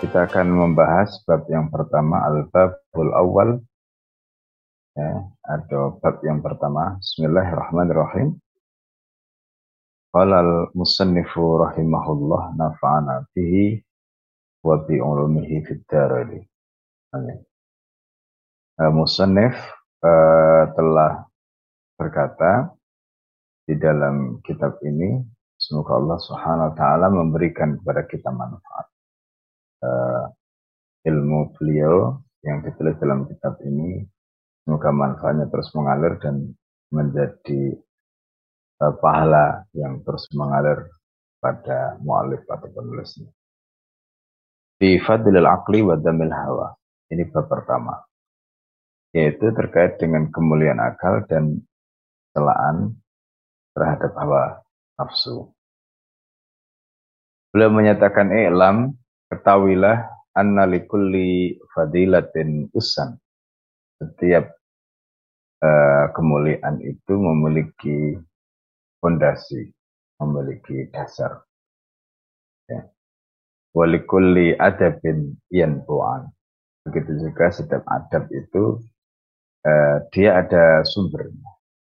Kita akan membahas bab yang pertama, al-babul awal, ya, atau bab yang pertama. Bismillahirrahmanirrahim. Qala al-musannifu rahimahullah nafa'ana bihi wa bi ulumihi fid dharain. Amin. Musannif telah berkata di dalam kitab ini, semoga Allah Subhanahu wa taala memberikan kepada kita manfaat. Ilmu beliau yang ditulis dalam kitab ini semoga manfaatnya terus mengalir dan menjadi pahala yang terus mengalir pada mu'alif atau penulisnya. Fi fadlil aqli wa damil hawa. Ini bab pertama. Yaitu terkait dengan kemuliaan akal dan celaan terhadap hawa nafsu. Beliau menyatakan i'lam, ketahuilah anna likulli fadilatin usan. Setiap kemuliaan itu memiliki fondasi, memiliki dasar. Ya. Walikulli adabin yanbu'an. Begitu juga setiap adab itu dia ada sumbernya.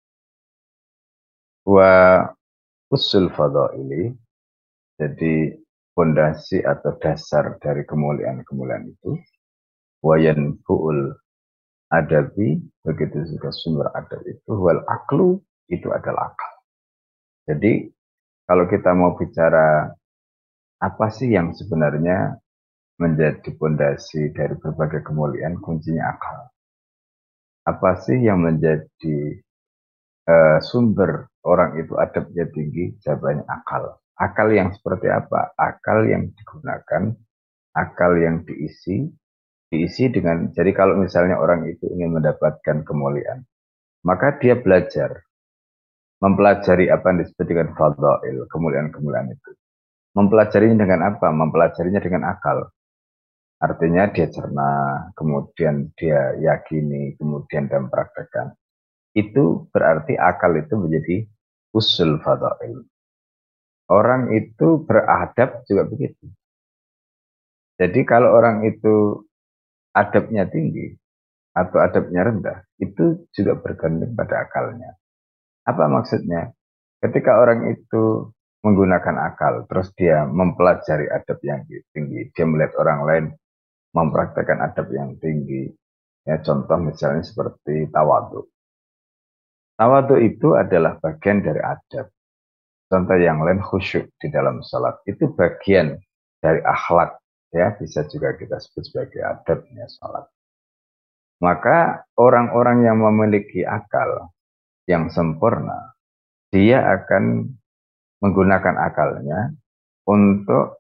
Wa usul fadaili, jadi fondasi atau dasar dari kemuliaan-kemuliaan itu. Wa yanbu'ul adabi, begitu juga sumber adab itu. Wal aklu, itu adalah akal. Jadi kalau kita mau bicara apa sih yang sebenarnya menjadi fondasi dari berbagai kemuliaan, kuncinya akal. Apa sih yang menjadi sumber orang itu adabnya tinggi? Jawabannya akal. Akal yang seperti apa? Akal yang digunakan, akal yang diisi dengan, jadi kalau misalnya orang itu ingin mendapatkan kemuliaan, maka dia belajar, mempelajari apa yang disebut dengan fadhail, kemuliaan-kemuliaan itu. Mempelajarinya dengan apa? Mempelajarinya dengan akal. Artinya dia cerna, kemudian dia yakini, kemudian dia mempraktekkan. Itu berarti akal itu menjadi usul fadail. Orang itu beradab juga begitu. Jadi kalau orang itu adabnya tinggi atau adabnya rendah, itu juga bergantung pada akalnya. Apa maksudnya? Ketika orang itu menggunakan akal, terus dia mempelajari adab yang tinggi, dia melihat orang lain mempraktekkan adab yang tinggi. Ya, contoh misalnya seperti tawadhu. Tawadhu itu adalah bagian dari adab. Contoh yang lain khusyuk di dalam salat. Itu bagian dari akhlak. Ya, bisa juga kita sebut sebagai adabnya salat. Maka orang-orang yang memiliki akal yang sempurna, dia akan menggunakan akalnya untuk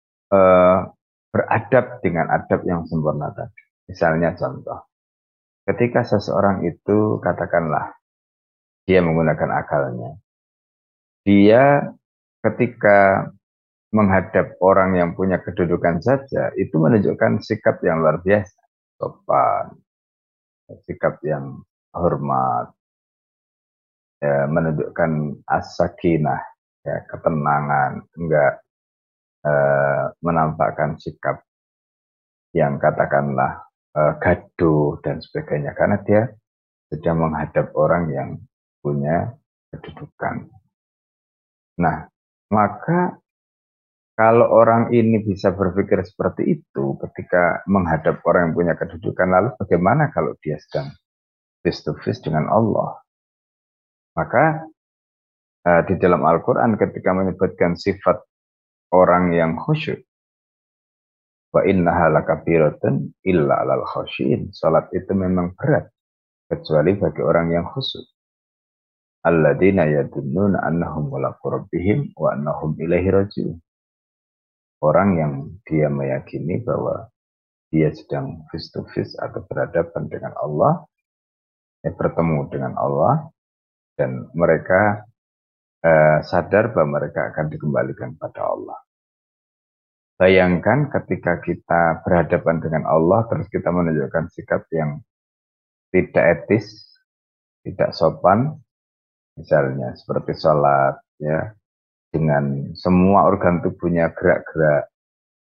beradab dengan adab yang sempurna tadi. Misalnya contoh, ketika seseorang itu katakanlah dia menggunakan akalnya, dia ketika menghadap orang yang punya kedudukan saja itu menunjukkan sikap yang luar biasa, sopan, sikap yang hormat, ya, menunjukkan as-sakinah, ya, ketenangan, enggak menampakkan sikap yang katakanlah gaduh dan sebagainya, karena dia sedang menghadap orang yang punya kedudukan. Nah, maka kalau orang ini bisa berpikir seperti itu ketika menghadap orang yang punya kedudukan, lalu bagaimana kalau dia sedang face to face dengan Allah? Maka di dalam Al-Quran ketika menyebutkan sifat orang yang khusyuk, wa innaha lakabiratun illa alal khasyin. Salat itu memang berat kecuali bagi orang yang khusyuk. Alladzina yadunnuna annahum mulaqu rabbihim wa annahum ilaihi raji'un. Orang yang dia meyakini bahwa dia sedang face to face atau berhadapan dengan Allah, bertemu dengan Allah, dan mereka sadar bahwa mereka akan dikembalikan pada Allah. Bayangkan ketika kita berhadapan dengan Allah, terus kita menunjukkan sikap yang tidak etis, tidak sopan, misalnya seperti sholat, ya, dengan semua organ tubuhnya gerak-gerak,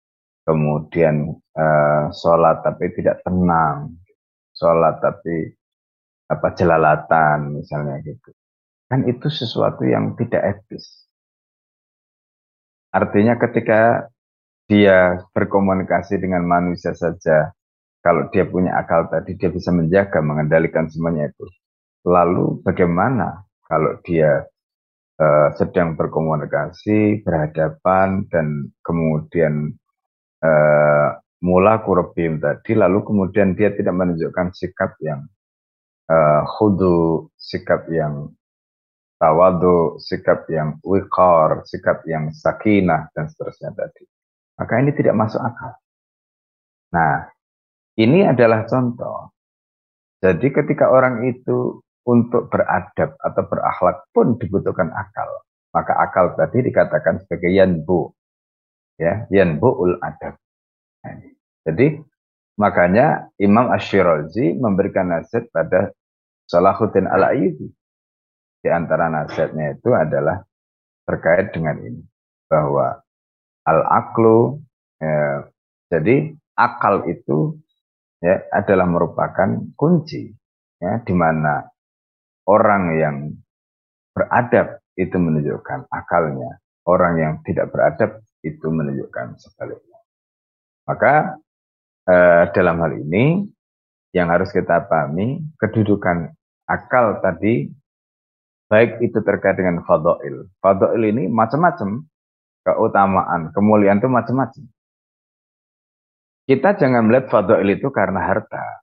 kemudian sholat tapi tidak tenang, sholat tapi jelalatan misalnya gitu. Kan itu sesuatu yang tidak etis. Artinya ketika dia berkomunikasi dengan manusia saja, kalau dia punya akal tadi, dia bisa menjaga, mengendalikan semuanya itu. Lalu bagaimana kalau dia sedang berkomunikasi, berhadapan, dan kemudian eh, mula kurabim tadi, lalu kemudian dia tidak menunjukkan sikap yang khudu, sikap yang tawadu, sikap yang wiqar, sikap yang sakinah, dan seterusnya tadi. Maka ini tidak masuk akal. Nah, ini adalah contoh. Jadi ketika orang itu untuk beradab atau berakhlak pun dibutuhkan akal. Maka akal tadi dikatakan sebagai yanbu. Ya, yanbu'ul adab. Nah, jadi makanya Imam Ash-Shirazi memberikan nasihat pada Salahuddin Al-Ayyubi. Di antara nasihatnya itu adalah terkait dengan ini. Bahwa al-aklu, jadi akal itu ya adalah merupakan kunci, ya, di mana orang yang beradab itu menunjukkan akalnya, orang yang tidak beradab itu menunjukkan sebaliknya. Maka dalam hal ini yang harus kita pahami, kedudukan akal tadi baik itu terkait dengan fadail. Fadail ini macam-macam, keutamaan, kemuliaan itu macam-macam. Kita jangan melihat fadail itu karena harta.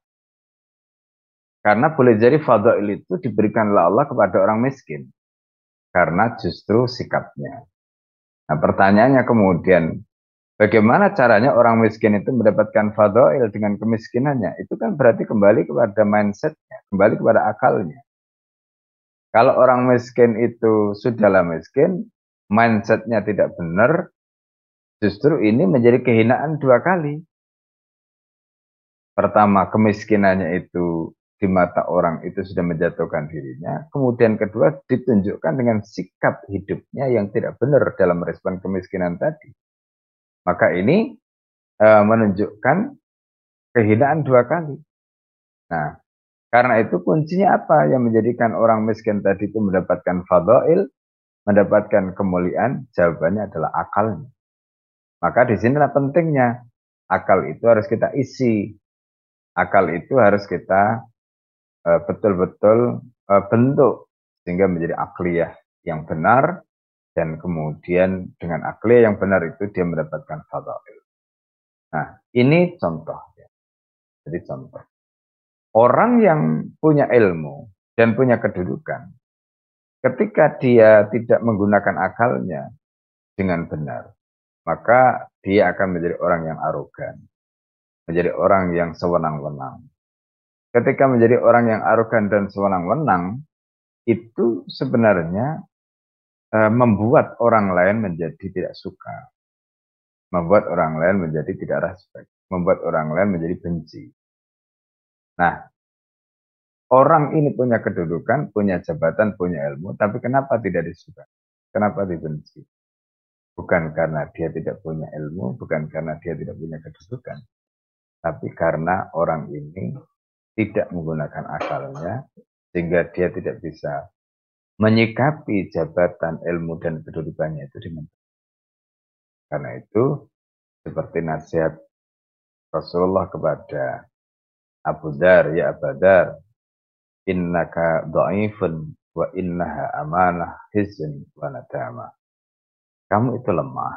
Karena boleh jadi fadail itu diberikan oleh Allah kepada orang miskin. Karena justru sikapnya. Nah pertanyaannya kemudian, bagaimana caranya orang miskin itu mendapatkan fadail dengan kemiskinannya? Itu kan berarti kembali kepada mindsetnya, kembali kepada akalnya. Kalau orang miskin itu sudahlah miskin, mindsetnya tidak benar, justru ini menjadi kehinaan dua kali. Pertama, kemiskinannya itu di mata orang itu sudah menjatuhkan dirinya. Kemudian kedua, ditunjukkan dengan sikap hidupnya yang tidak benar dalam respon kemiskinan tadi. Maka ini menunjukkan kehinaan dua kali. Nah, karena itu kuncinya apa yang menjadikan orang miskin tadi itu mendapatkan fadail, mendapatkan kemuliaan? Jawabannya adalah akalnya. Maka di sinilah pentingnya. Akal itu harus kita isi. Akal itu harus kita betul-betul bentuk sehingga menjadi akliyah yang benar, dan kemudian dengan akliyah yang benar itu dia mendapatkan fadail. Nah, ini contoh. Jadi contoh. Orang yang punya ilmu dan punya kedudukan, ketika dia tidak menggunakan akalnya dengan benar, maka dia akan menjadi orang yang arogan, menjadi orang yang sewenang-wenang. Ketika menjadi orang yang arogan dan sewenang-wenang, itu sebenarnya membuat orang lain menjadi tidak suka, membuat orang lain menjadi tidak respect, membuat orang lain menjadi benci. Nah, orang ini punya kedudukan, punya jabatan, punya ilmu, tapi kenapa tidak disuka? Kenapa dibenci? Bukan karena dia tidak punya ilmu, bukan karena dia tidak punya kedudukan, tapi karena orang ini tidak menggunakan akalnya, sehingga dia tidak bisa menyikapi jabatan, ilmu, dan kedudukannya itu dengan baik. Karena itu, seperti nasihat Rasulullah kepada Abu Dar, ya Abu Dar, innaka dha'ifun wa innaha amanah hizn wa nadama. Kamu itu lemah.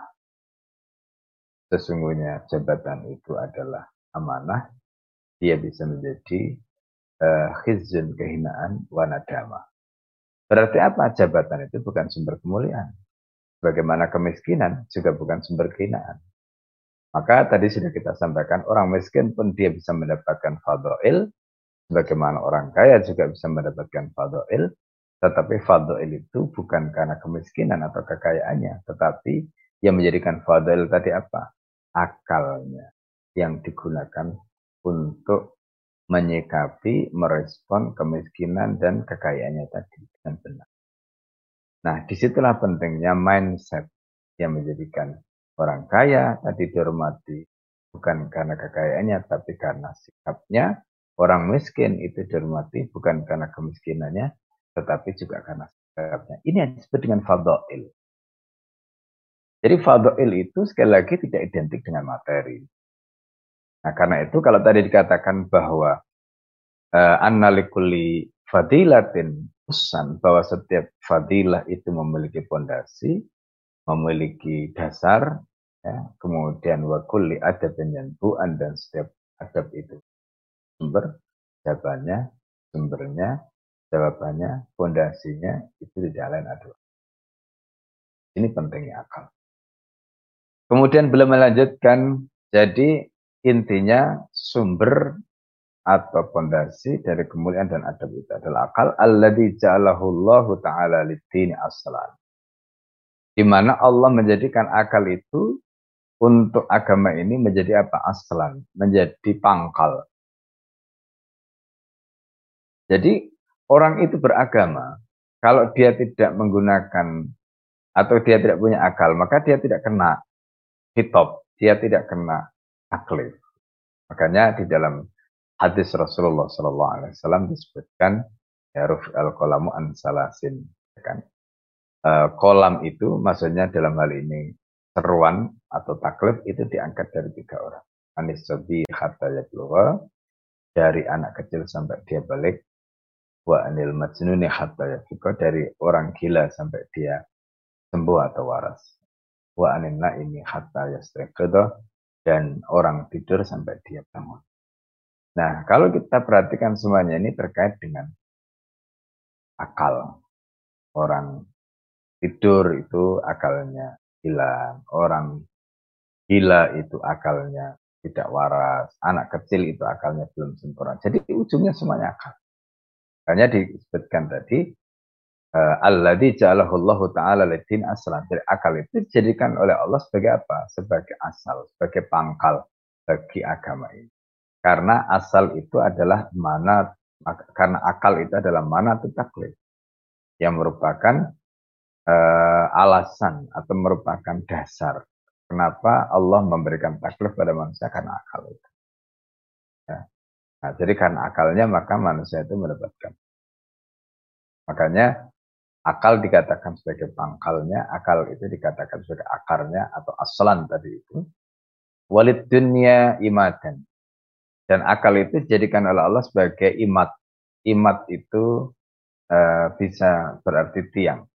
Sesungguhnya jabatan itu adalah amanah. Dia bisa menjadi khizun, kehinaan, wa nadama. Berarti apa? Jabatan itu bukan sumber kemuliaan. Bagaimana kemiskinan juga bukan sumber kehinaan. Maka tadi sudah kita sampaikan, orang miskin pun dia bisa mendapatkan fadail, sebagaimana orang kaya juga bisa mendapatkan fadail, tetapi fadail itu bukan karena kemiskinan atau kekayaannya, tetapi yang menjadikan fadail tadi apa? Akalnya yang digunakan untuk menyikapi, merespon kemiskinan dan kekayaannya tadi dengan benar. Nah, disitulah pentingnya mindset yang menjadikan orang kaya tadi dihormati, bukan karena kekayaannya, tapi karena sikapnya. Orang miskin itu dihormati bukan karena kemiskinannya, tetapi juga karena sikapnya. Ini yang disebut dengan fadha'il. Jadi fadha'il itu sekali lagi tidak identik dengan materi. Nah, karena itu kalau tadi dikatakan bahwa anna likulli fadilatin usan, bahwa setiap fadilah itu memiliki pondasi, memiliki dasar, ya, kemudian wa kulli adabin yanbu'an, dan setiap adab itu sumber, jawabannya, sumbernya, jawabannya, pondasinya itu tidak lain adalah. Ini pentingnya akal. Kemudian belum melanjutkan, jadi intinya sumber atau pondasi dari kemuliaan dan adab itu adalah akal, alladzi ja'alahu Allah taala lid-dini aslan. Di mana Allah menjadikan akal itu untuk agama ini menjadi apa? Aslan, menjadi pangkal. Jadi orang itu beragama, kalau dia tidak menggunakan atau dia tidak punya akal, maka dia tidak kena hitop, dia tidak kena taklif. Makanya di dalam hadis Rasulullah SAW disebutkan ya rufi al-qalamu an salasin, kan? Kolam itu maksudnya dalam hal ini seruan atau taklif itu diangkat dari 3 orang. Anis sobi hatta yablugha, dari anak kecil sampai dia balik. Wa anil majnuni hatta yafiqa, dari orang gila sampai dia sembuh atau waras. Wa anin naimi hatta yastriqidha, dan orang tidur sampai dia bangun. Nah, kalau kita perhatikan semuanya ini terkait dengan akal. Orang tidur itu akalnya hilang, orang gila itu akalnya tidak waras, anak kecil itu akalnya belum sempurna. Jadi ujungnya semuanya akal. Makanya disebutkan tadi, alladzi ja'alahu Allah taala lid-din aslan. Jadi akal itu dijadikan oleh Allah sebagai apa? Sebagai asal, sebagai pangkal bagi agama ini. Karena asal itu adalah mana, karena akal itu adalah mana taklif, yang merupakan alasan atau merupakan dasar kenapa Allah memberikan taklif pada manusia, karena akal itu. Ya. Nah, jadi karena akalnya maka manusia itu mendapatkan. Makanya akal dikatakan sebagai pangkalnya, akal itu dikatakan sebagai akarnya atau aslan tadi itu. Walid dunya imadan. Dan akal itu dijadikan oleh Allah sebagai imat. Imat itu bisa berarti tiang.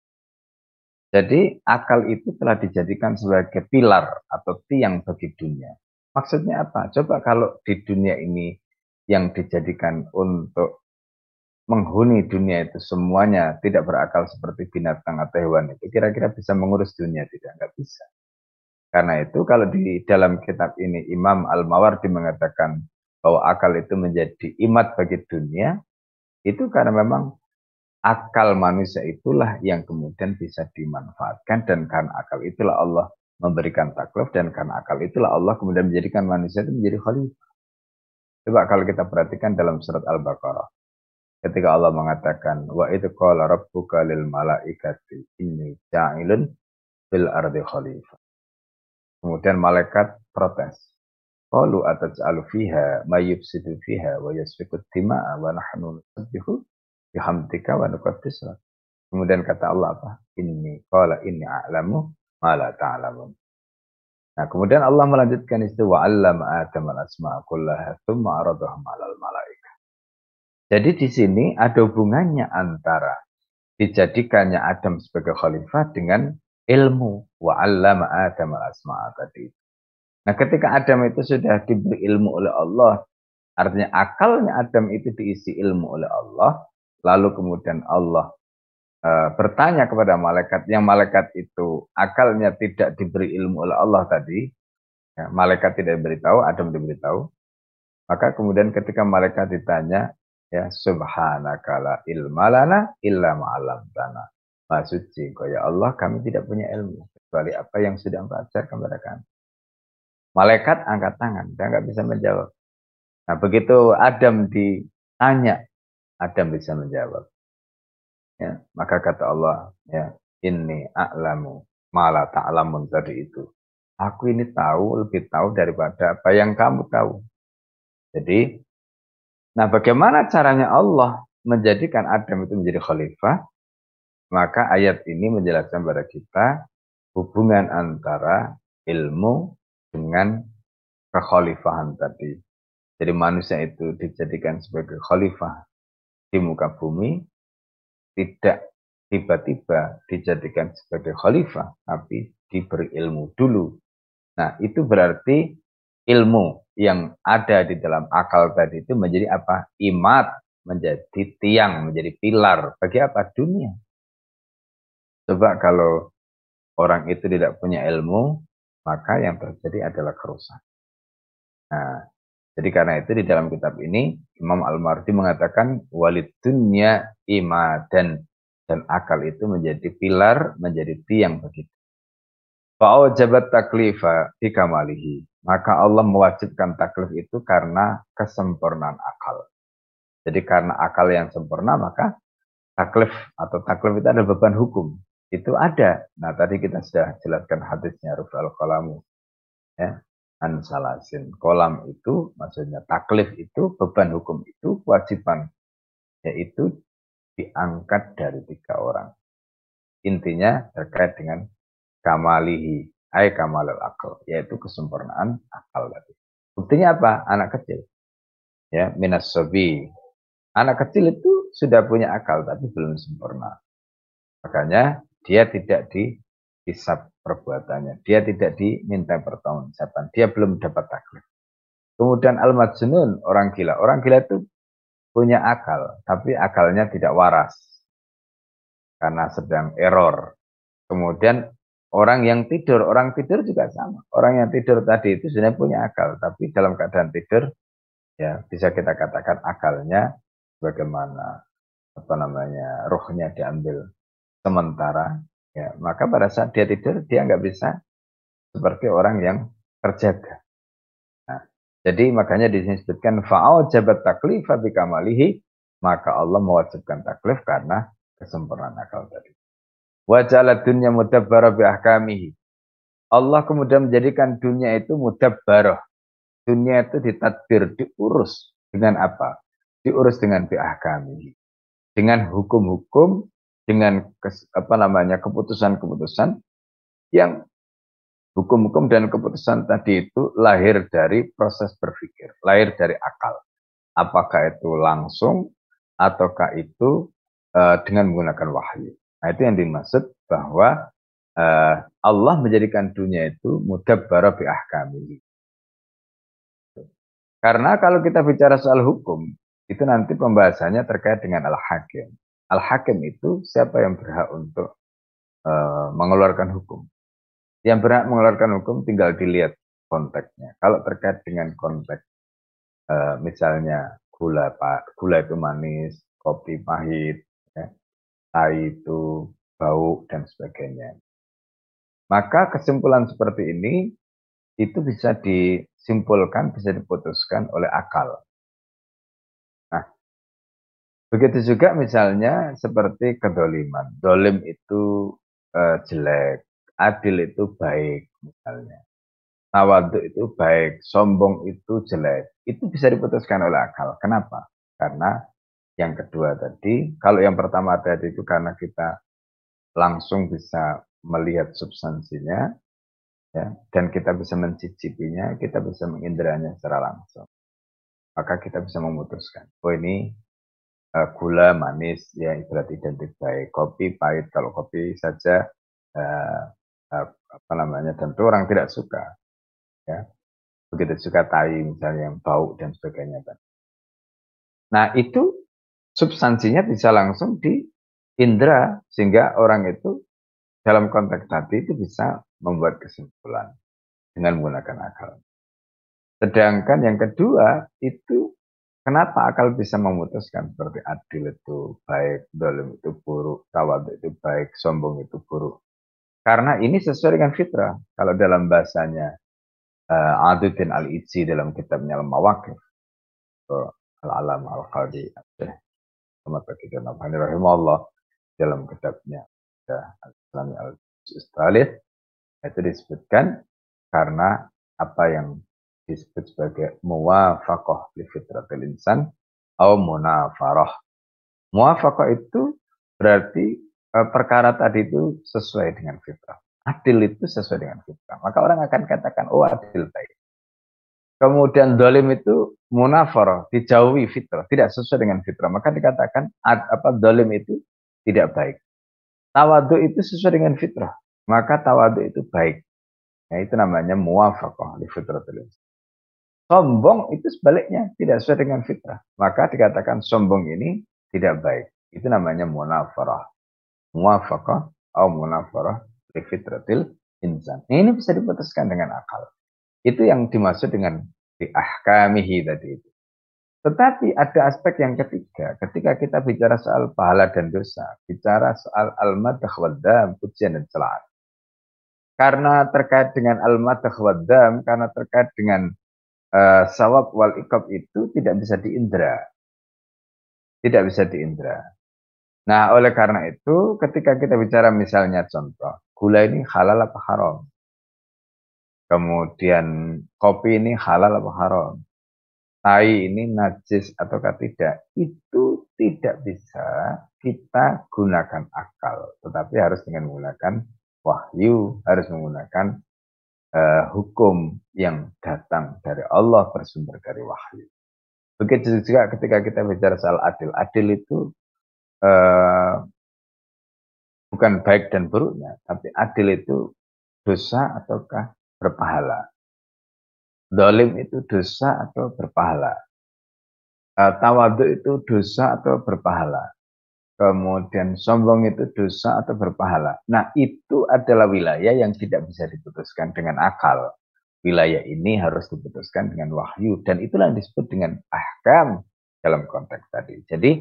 Jadi akal itu telah dijadikan sebagai pilar atau tiang bagi dunia. Maksudnya apa? Coba kalau di dunia ini yang dijadikan untuk menghuni dunia itu semuanya tidak berakal seperti binatang atau hewan itu, kira-kira bisa mengurus dunia? Tidak, nggak bisa. Karena itu kalau di dalam kitab ini Imam Al-Mawardi mengatakan bahwa akal itu menjadi imat bagi dunia, itu karena memang akal manusia itulah yang kemudian bisa dimanfaatkan, dan karena akal itulah Allah memberikan taklif, dan karena akal itulah Allah kemudian menjadikan manusia itu menjadi khalifah. Coba kalau kita perhatikan dalam surat Al-Baqarah, ketika Allah mengatakan wa idz qala rabbuka lil malaikati inni ja'ilun fil ardi khalifah. Kemudian malaikat protes. Qalu ataj'alu fiha may yufsidu fiha wa yasfiku dima'a wa nahnu nusabbihu bihamdika wa nuqaddis lak. Kemudian kata Allah apa? Inni a'lamu ma la ta'lamun. Nah, kemudian Allah melanjutkan itu wa 'allama Adam al-asma'a kullaha tsumma 'aradahum 'alal malaikah. Jadi di sini ada hubungannya antara dijadikannya Adam sebagai khalifah dengan ilmu. Wa 'allama Adam al-asma'a tadi. Nah, ketika Adam itu sudah diberi ilmu oleh Allah, artinya akalnya Adam itu diisi ilmu oleh Allah, lalu kemudian Allah bertanya kepada malaikat, yang malaikat itu akalnya tidak diberi ilmu oleh Allah tadi, ya, malaikat tidak diberitahu, Adam diberitahu, maka kemudian ketika malaikat ditanya, ya subhanaka la ilma lana illa ma'alamtana. Maha suci kau ya Allah, kami tidak punya ilmu kecuali apa yang sudah Engkau ajarkan kepada kami. Malaikat angkat tangan, dia nggak bisa menjawab. Nah, begitu Adam ditanya, Adam bisa menjawab. Ya, maka kata Allah, ya, inni a'lamu ma la ta'lamun tadi itu. Aku ini tahu, lebih tahu daripada apa yang kamu tahu. Jadi, nah bagaimana caranya Allah menjadikan Adam itu menjadi khalifah? Maka ayat ini menjelaskan kepada kita hubungan antara ilmu dengan kekhalifahan tadi. Jadi manusia itu dijadikan sebagai khalifah di muka bumi, tidak tiba-tiba dijadikan sebagai khalifah, tapi diberi ilmu dulu. Nah, itu berarti ilmu yang ada di dalam akal tadi itu menjadi apa? Imat, menjadi tiang, menjadi pilar. Bagi apa? Dunia. Coba kalau orang itu tidak punya ilmu, maka yang terjadi adalah kerusakan. Nah, jadi karena itu di dalam kitab ini Imam Al-Mawardi mengatakan walid dunya imadan, dan akal itu menjadi pilar, menjadi tiang begitu. Fa'aujabat taklifa bikamalihi. Maka Allah mewajibkan taklif itu karena kesempurnaan akal. Jadi karena akal yang sempurna maka taklif atau taklif itu ada beban hukum. Itu ada. Nah tadi kita sudah jelaskan hadisnya Rufa'al Qalamu. Ya. An salasin. Kolam itu maksudnya taklif itu beban hukum itu kewajiban. Yaitu diangkat dari 3 orang. Intinya terkait dengan kamalihi, ay kamalul akal, yaitu kesempurnaan akal tadi. Buktinya apa? Anak kecil. Ya, minas sobi. Anak kecil itu sudah punya akal tapi belum sempurna. Makanya dia tidak dihisab perbuatannya. Dia tidak diminta pertanggungjawaban. Dia belum dapat taklif. Kemudian al-majnun, orang gila. Orang gila itu punya akal, tapi akalnya tidak waras karena sedang error. Kemudian orang tidur juga sama. Orang yang tidur tadi itu sebenarnya punya akal, tapi dalam keadaan tidur, ya bisa kita katakan akalnya bagaimana apa namanya rohnya diambil sementara. Ya, maka pada saat dia tidur dia nggak bisa seperti orang yang terjaga. Nah, jadi makanya disebutkan fa'au jabat taklifa bikamalihi, maka Allah mewajibkan taklif karena kesempurnaan akal tadi. Wa ja'ala dunya mudabbara bi ahkamihi. Allah kemudian menjadikan dunia itu mudabbarah. Dunia itu ditadbir, diurus dengan apa? Diurus dengan bi ahkamihi. Dengan hukum-hukum, dengan apa namanya keputusan-keputusan yang hukum-hukum dan keputusan tadi itu lahir dari proses berpikir, lahir dari akal. Apakah itu langsung ataukah itu dengan menggunakan wahyu. Nah, itu yang dimaksud bahwa Allah menjadikan dunia itu mudabbara bi ahkamihi. Karena kalau kita bicara soal hukum, itu nanti pembahasannya terkait dengan al-hakim. Al-hakim itu siapa yang berhak untuk mengeluarkan hukum. Yang berhak mengeluarkan hukum tinggal dilihat konteksnya. Kalau terkait dengan konteks misalnya gula itu manis, kopi pahit, ya, tai itu bau dan sebagainya. Maka kesimpulan seperti ini itu bisa disimpulkan, bisa diputuskan oleh akal. Nah, begitu juga misalnya seperti kedoliman. Dolim itu jelek, adil itu baik misalnya. Tawadhu itu baik, sombong itu jelek. Itu bisa diputuskan oleh akal. Kenapa? Karena yang kedua tadi, kalau yang pertama tadi itu karena kita langsung bisa melihat substansinya, ya, dan kita bisa mencicipinya, kita bisa mengindranya secara langsung. Maka kita bisa memutuskan, oh ini gula manis, ya berarti identik baik. Kopi pahit, kalau kopi saja uh, apa namanya, tentu orang tidak suka. Ya. Begitu juga tai misalnya yang bau dan sebagainya. Nah itu substansinya bisa langsung di indera sehingga orang itu dalam konteks tadi itu bisa membuat kesimpulan dengan menggunakan akal. Sedangkan yang kedua itu kenapa akal bisa memutuskan seperti adil itu baik, dolim itu buruk, tawadhu itu baik, sombong itu buruk. Karena ini sesuai dengan fitrah. Kalau dalam bahasanya Aduddin Al-Idzi dalam kitabnya Al-Mawaqif, Al-Alam Al-Qadi Ahmad Baqi Nabhani rahimahullah, dalam kitabnya Al-Islami Al-Istalih itu disebutkan karena apa yang disebut sebagai muwafaqah li fitratil insan atau munafarah. Muwafaqah itu berarti perkara tadi itu sesuai dengan fitrah. Adil itu sesuai dengan fitrah. Maka orang akan katakan, oh adil baik. Kemudian dolim itu munafarah, dijauhi fitrah, tidak sesuai dengan fitrah. Maka dikatakan dolim itu tidak baik. Tawadu itu sesuai dengan fitrah. Maka tawadu itu baik. Nah, itu namanya muwafaqah li fitratil insan. Sombong itu sebaliknya tidak sesuai dengan fitrah. Maka dikatakan sombong ini tidak baik. Itu namanya munafarah. Muwafaqah atau munafarah li fitratil insan. Nah, ini bisa diputuskan dengan akal. Itu yang dimaksud dengan di ahkamihi tadi itu. Tetapi ada aspek yang ketiga. Ketika kita bicara soal pahala dan dosa. Bicara soal al-madah wad-dam, pujian dan celaan. Karena terkait dengan al-madah wad-dam, karena terkait dengan sawab wal iqab itu tidak bisa diindra. Tidak bisa diindra. Nah, oleh karena itu, ketika kita bicara misalnya contoh, gula ini halal apa haram? Kemudian kopi ini halal apa haram? Tai ini najis ataukah tidak? Itu tidak bisa kita gunakan akal. Tetapi harus dengan menggunakan wahyu, harus menggunakan hukum yang datang dari Allah bersumber dari wahyu. Begitu juga ketika kita bicara soal adil. Adil itu bukan baik dan buruknya, tapi adil itu dosa ataukah berpahala. Dolim itu dosa atau berpahala. Tawadu itu dosa atau berpahala. Kemudian sombong itu dosa atau berpahala. Nah, itu adalah wilayah yang tidak bisa diputuskan dengan akal. Wilayah ini harus diputuskan dengan wahyu. Dan itulah yang disebut dengan ahkam dalam konteks tadi. Jadi,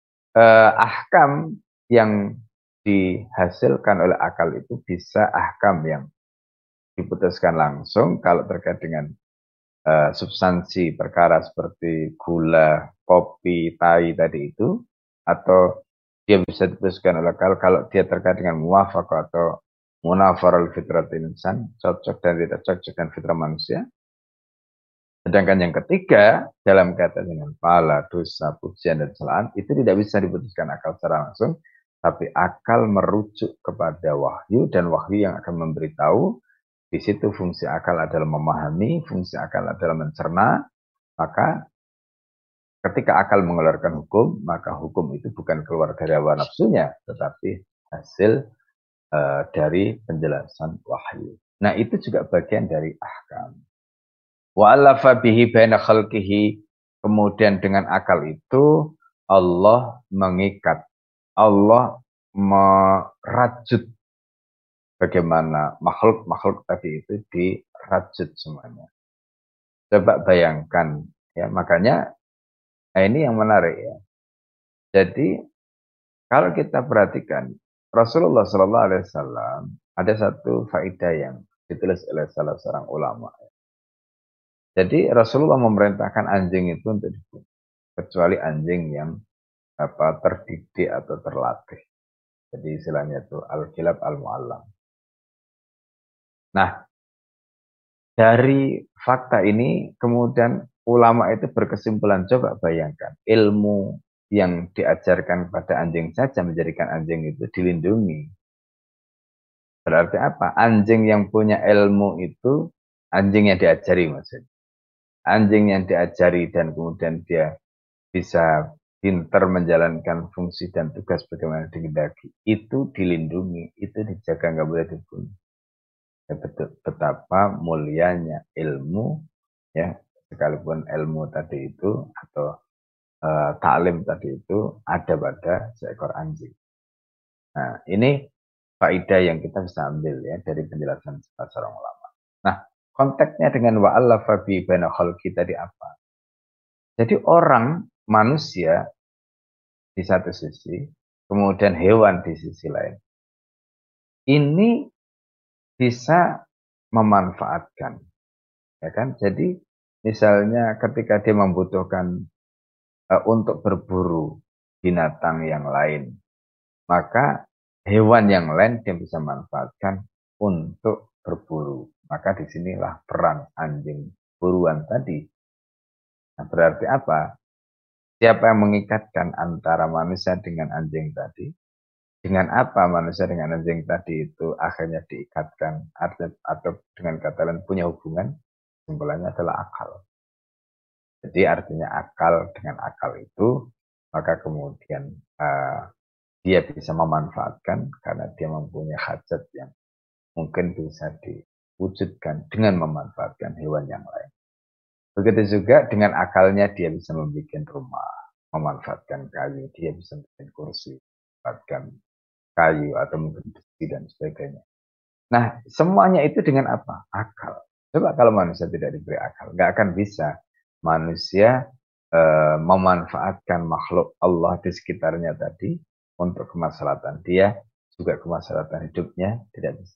ahkam yang dihasilkan oleh akal itu bisa ahkam yang diputuskan langsung kalau terkait dengan substansi perkara seperti gula, kopi, tai tadi itu, atau dia bisa diputuskan oleh kalau dia terkait dengan muwafaqah atau munafarul fitratil insan, cocok dan tidak cocok dengan fitrah manusia. Sedangkan yang ketiga, dalam kaitan dengan pahala, dosa, pujian, dan celaan, itu tidak bisa diputuskan akal secara langsung, tapi akal merujuk kepada wahyu, dan wahyu yang akan memberitahu. Di situ fungsi akal adalah memahami, fungsi akal adalah mencerna, maka ketika akal mengeluarkan hukum, maka hukum itu bukan keluar dari hawa nafsunya, tetapi hasil dari penjelasan wahyu. Nah, itu juga bagian dari ahkam. Wa alafa bihi baina khalqihi, kemudian dengan akal itu Allah mengikat, Allah merajut bagaimana makhluk-makhluk tadi itu dirajut semuanya. Coba bayangkan, ya, makanya ini yang menarik ya. Jadi kalau kita perhatikan Rasulullah Shallallahu Alaihi Wasallam ada satu faedah yang ditulis oleh salah seorang ulama. Jadi Rasulullah memerintahkan anjing itu untuk dibunuh, kecuali anjing yang terdidik atau terlatih. Jadi istilahnya itu al-kilab al-mu'allam. Nah, dari fakta ini kemudian ulama itu berkesimpulan, coba bayangkan ilmu yang diajarkan pada anjing saja menjadikan anjing itu dilindungi. Berarti apa? Anjing yang punya ilmu itu anjing yang diajari maksudnya. Anjing yang diajari dan kemudian dia bisa pintar menjalankan fungsi dan tugas bagaimana dikehendaki. Itu dilindungi, itu dijaga, nggak boleh dibunuh. Ya, betapa mulianya ilmu, ya, sekalipun ilmu tadi itu atau taklim tadi itu ada pada seekor anjing. Nah, ini faedah yang kita bisa ambil ya dari penjelasan seorang ulama. Nah, konteksnya dengan wa'allafa bi baina khalqi tadi apa? Jadi orang manusia di satu sisi, kemudian hewan di sisi lain. Ini bisa memanfaatkan, ya kan? Jadi misalnya ketika dia membutuhkan untuk berburu binatang yang lain, maka hewan yang lain dia bisa manfaatkan untuk berburu. Maka disinilah peran anjing buruan tadi. Nah, berarti apa? Siapa yang mengikatkan antara manusia dengan anjing tadi? Dengan apa manusia dengan anjing tadi itu akhirnya diikatkan atau dengan kata lain punya hubungan? Simpulannya adalah akal. Jadi artinya akal dengan akal itu, maka kemudian dia bisa memanfaatkan karena dia mempunyai hajat yang mungkin bisa diwujudkan dengan memanfaatkan hewan yang lain. Begitu juga dengan akalnya dia bisa membuat rumah, memanfaatkan kayu, dia bisa membuat kursi, memanfaatkan kayu atau mungkin besi dan sebagainya. Nah, semuanya itu dengan apa? Akal. Coba kalau manusia tidak diberi akal, nggak akan bisa manusia memanfaatkan makhluk Allah di sekitarnya tadi untuk kemaslahatan dia, juga kemaslahatan hidupnya, tidak bisa.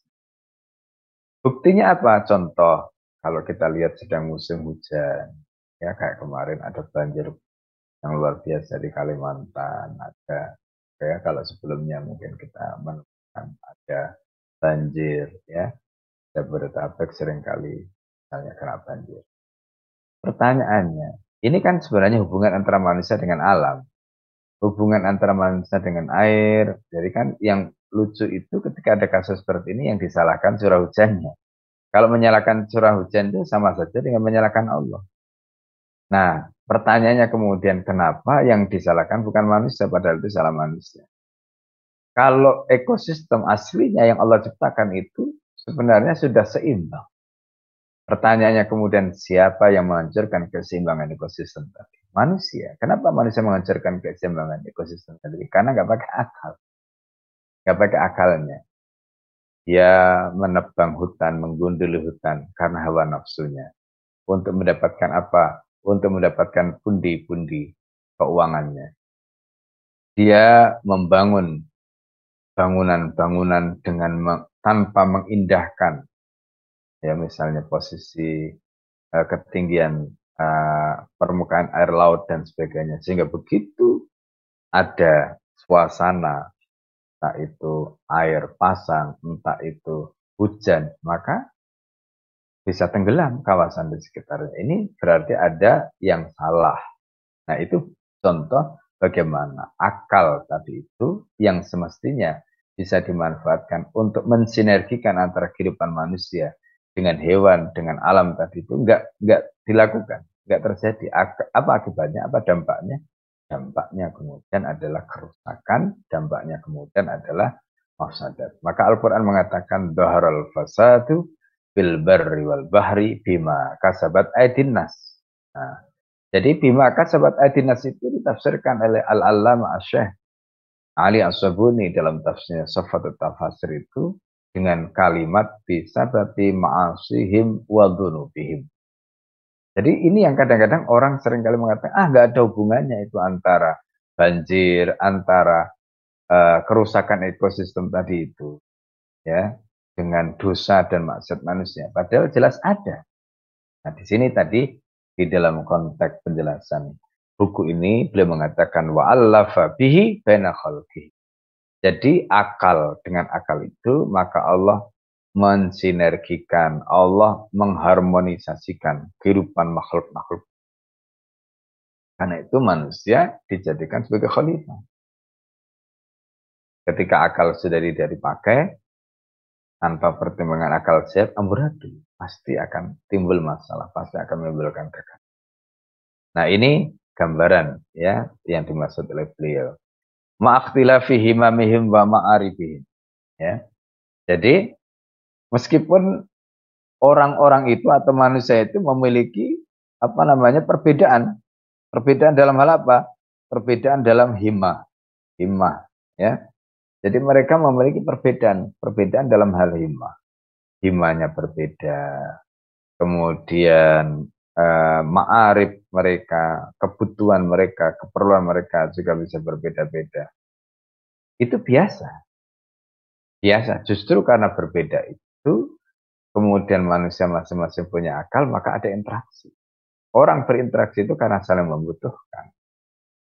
Buktinya apa? Contoh, kalau kita lihat sedang musim hujan, ya kayak kemarin ada banjir yang luar biasa di Kalimantan, ada ya kalau sebelumnya mungkin kita menemukan ada banjir, ya Jabodetabek seringkali misalnya kena banjir. Pertanyaannya, ini kan sebenarnya hubungan antara manusia dengan alam, hubungan antara manusia dengan air. Jadi kan yang lucu itu ketika ada kasus seperti ini yang disalahkan curah hujannya. Kalau menyalahkan curah hujan itu sama saja dengan menyalahkan Allah. Nah, pertanyaannya kemudian kenapa yang disalahkan bukan manusia padahal itu salah manusia. Kalau ekosistem aslinya yang Allah ciptakan itu sebenarnya sudah seimbang. Pertanyaannya kemudian siapa yang menghancurkan keseimbangan ekosistem tadi? Manusia. Kenapa manusia menghancurkan keseimbangan ekosistem tadi? Karena nggak pakai akal. Nggak pakai akalnya. Dia menebang hutan, menggunduli hutan karena hawa nafsunya. Untuk mendapatkan apa? Untuk mendapatkan pundi-pundi keuangannya. Dia membangun bangunan-bangunan tanpa mengindahkan, ya misalnya posisi ketinggian permukaan air laut dan sebagainya, sehingga begitu ada suasana, entah itu air pasang, entah itu hujan, maka bisa tenggelam kawasan di sekitarnya. Ini berarti ada yang salah. Nah, itu contoh bagaimana akal tadi itu yang semestinya bisa dimanfaatkan untuk mensinergikan antara kehidupan manusia dengan hewan, dengan alam tadi itu nggak dilakukan, nggak terjadi. Apa akibatnya? Apa dampaknya? Dampaknya kemudian adalah kerusakan, dampaknya kemudian adalah mafsadat. Maka Al-Quran mengatakan dhaharal fasadu bil barri wal bahri bima kasabat aydin nas. Nah, jadi bima kasabat aydin nas itu ditafsirkan oleh Al-Allamah Asy-Syaikh Ali As-Sabuni dalam tafsirnya Safatul Tafasir itu dengan kalimat bisabati ma'asihim wa dzunubihim. Jadi ini yang kadang-kadang orang seringkali mengatakan, nggak ada hubungannya itu antara banjir, antara kerusakan ekosistem tadi itu, ya, dengan dosa dan maksiat manusia. Padahal jelas ada. Nah, di sini tadi di dalam konteks penjelasan buku ini beliau mengatakan wa'allafa bihi baina khalqihi. Jadi akal dengan akal itu maka Allah mensinergikan, Allah mengharmonisasikan kehidupan makhluk-makhluk. Karena itu manusia dijadikan sebagai khalifah. Ketika akal sudah tidak dipakai, tanpa pertimbangan akal sehat, amburadul, pasti akan timbul masalah, pasti akan menimbulkan kegagalan. Nah, ini gambaran ya yang dimaksud oleh beliau. Ma'akhtilafi himamihim wa ma'arifihim. Ya. Jadi, meskipun orang-orang itu atau manusia itu memiliki perbedaan. Perbedaan dalam hal apa? Perbedaan dalam himmah, ya. Jadi mereka memiliki perbedaan dalam hal himmah. Himmahnya berbeda. Kemudian ma'arif mereka, kebutuhan mereka, keperluan mereka juga bisa berbeda-beda. Itu biasa. Biasa. Justru karena berbeda itu, kemudian manusia masing-masing punya akal, maka ada interaksi. Orang berinteraksi itu karena saling membutuhkan.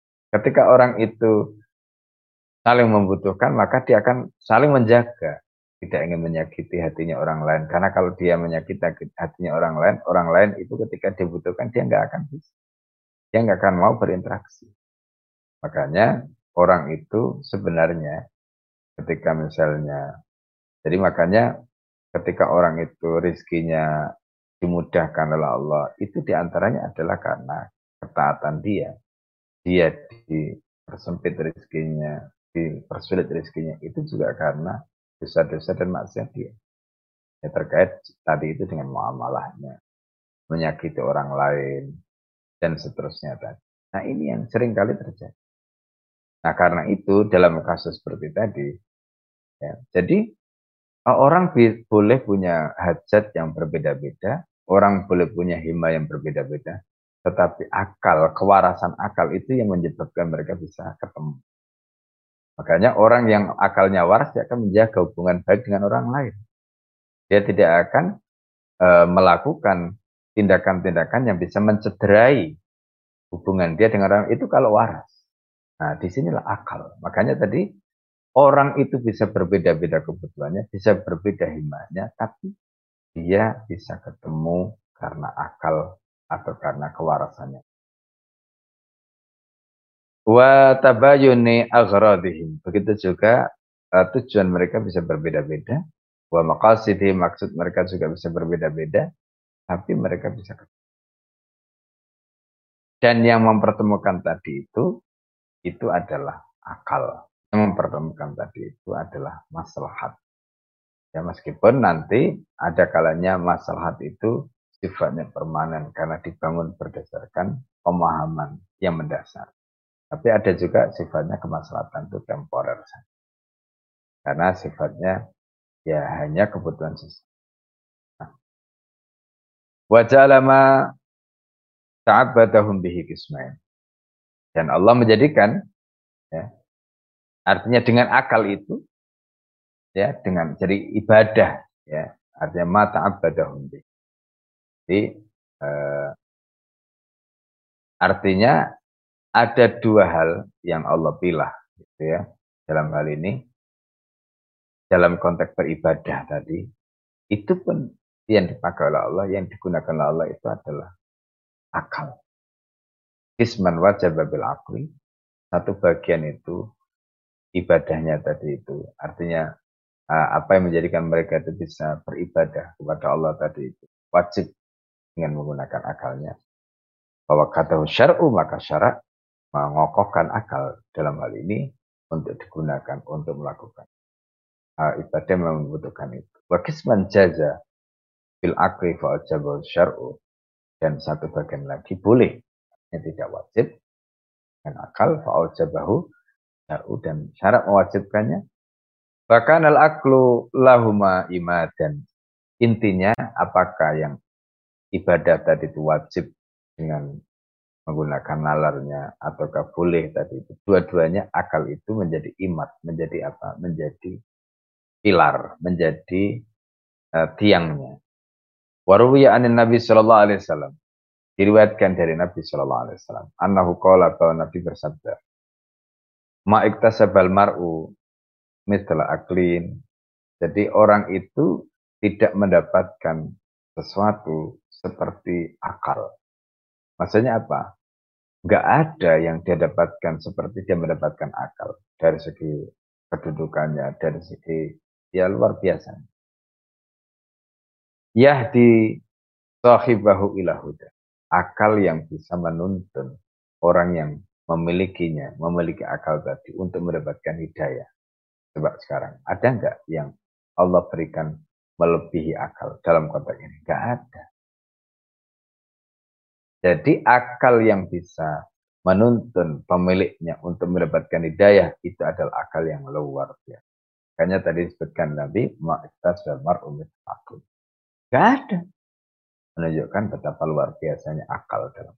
Ketika orang itu saling membutuhkan, maka dia akan saling menjaga. tidak ingin menyakiti hatinya orang lain. Karena kalau dia menyakiti hatinya orang lain itu ketika dibutuhkan dia nggak akan bisa. Dia nggak akan mau berinteraksi. Makanya orang itu sebenarnya ketika misalnya, jadi makanya ketika orang itu rizkinya dimudahkan oleh Allah, itu diantaranya adalah karena ketaatan dia. Dia dipersempit rizkinya, dipersulit rizkinya, itu juga karena dosa-dosa dan maksiat dia. Ya, terkait tadi itu dengan muamalahnya, menyakiti orang lain, dan seterusnya tadi. Nah ini yang sering kali terjadi. Nah karena itu dalam kasus seperti tadi, ya, jadi orang boleh punya hajat yang berbeda-beda, orang boleh punya hima yang berbeda-beda, tetapi akal, kewarasan akal itu yang menyebabkan mereka bisa ketemu. Makanya orang yang akalnya waras dia akan menjaga hubungan baik dengan orang lain. Dia tidak akan melakukan tindakan-tindakan yang bisa mencederai hubungan dia dengan orang itu kalau waras. Nah, disinilah akal. Makanya tadi orang itu bisa berbeda-beda kebutuhannya, bisa berbeda himanya, tapi dia bisa ketemu karena akal atau karena kewarasannya. Wa tabayuni aghradihim. Begitu juga tujuan mereka bisa berbeda-beda. Wa maqasidihim, maksud mereka juga bisa berbeda-beda, tapi mereka bisa ketemu. Dan yang mempertemukan tadi itu adalah akal. Yang mempertemukan tadi itu adalah maslahat. Ya meskipun nanti ada kalanya maslahat itu sifatnya permanen karena dibangun berdasarkan pemahaman yang mendasar. Tapi ada juga sifatnya kemaslahatan itu temporer. Karena sifatnya ya hanya kebutuhan sesaat. Nah, wa ja'alama ta'abbadahum bihi qismain. Dan Allah menjadikan, ya, artinya dengan akal itu, ya, dengan jadi ibadah, ya, artinya ma ta'abbadahum bihi. Jadi artinya ada dua hal yang Allah pilih, gitu ya, dalam hal ini, dalam konteks beribadah tadi, itu pun yang dipakai oleh Allah, yang digunakan oleh Allah itu adalah akal. Isman wajib bil akli, satu bagian itu ibadahnya tadi itu, artinya apa yang menjadikan mereka itu bisa beribadah kepada Allah tadi itu wajib dengan menggunakan akalnya. Bahwa kata syar'u maka syarak mengokohkan akal dalam hal ini untuk digunakan untuk melakukan ibadah yang membutuhkan itu. Wa qisman jaza bil akli fa ajabahu syar'u, dan satu bagian lagi boleh yang tidak wajib dengan akal fa ajabahu syar'u, dan syarat mewajibkannya bahkan al aklu lahuma imadan. Intinya apakah yang ibadah tadi itu wajib dengan menggunakan nalarnya ataukah boleh tadi itu, dua-duanya akal itu menjadi imad, menjadi apa? Menjadi pilar, menjadi tiangnya. Waruwiya anin Nabi sallallahu alaihi wasallam, diriwayatkan dari Nabi sallallahu alaihi wasallam, annahu qala, bahwa Nabi bersabda, ma iktasabal mar'u mithla aklin. Jadi orang itu tidak mendapatkan sesuatu seperti akal. Maksudnya apa? Nggak ada yang dia dapatkan seperti dia mendapatkan akal. Dari segi kedudukannya, dari segi ya luar biasa. Yahdi sahibahu ila huda. Akal yang bisa menuntun orang yang memilikinya, memiliki akal tadi untuk mendapatkan hidayah. Coba sekarang, ada nggak yang Allah berikan melebihi akal dalam konteks ini? Nggak ada. Jadi akal yang bisa menuntun pemiliknya untuk mendapatkan hidayah itu adalah akal yang luar biasa. Makanya tadi disebutkan Nabi, ma'iktas wal mar'umit akal. Nggak ada. Menunjukkan betapa luar biasanya akal dalam.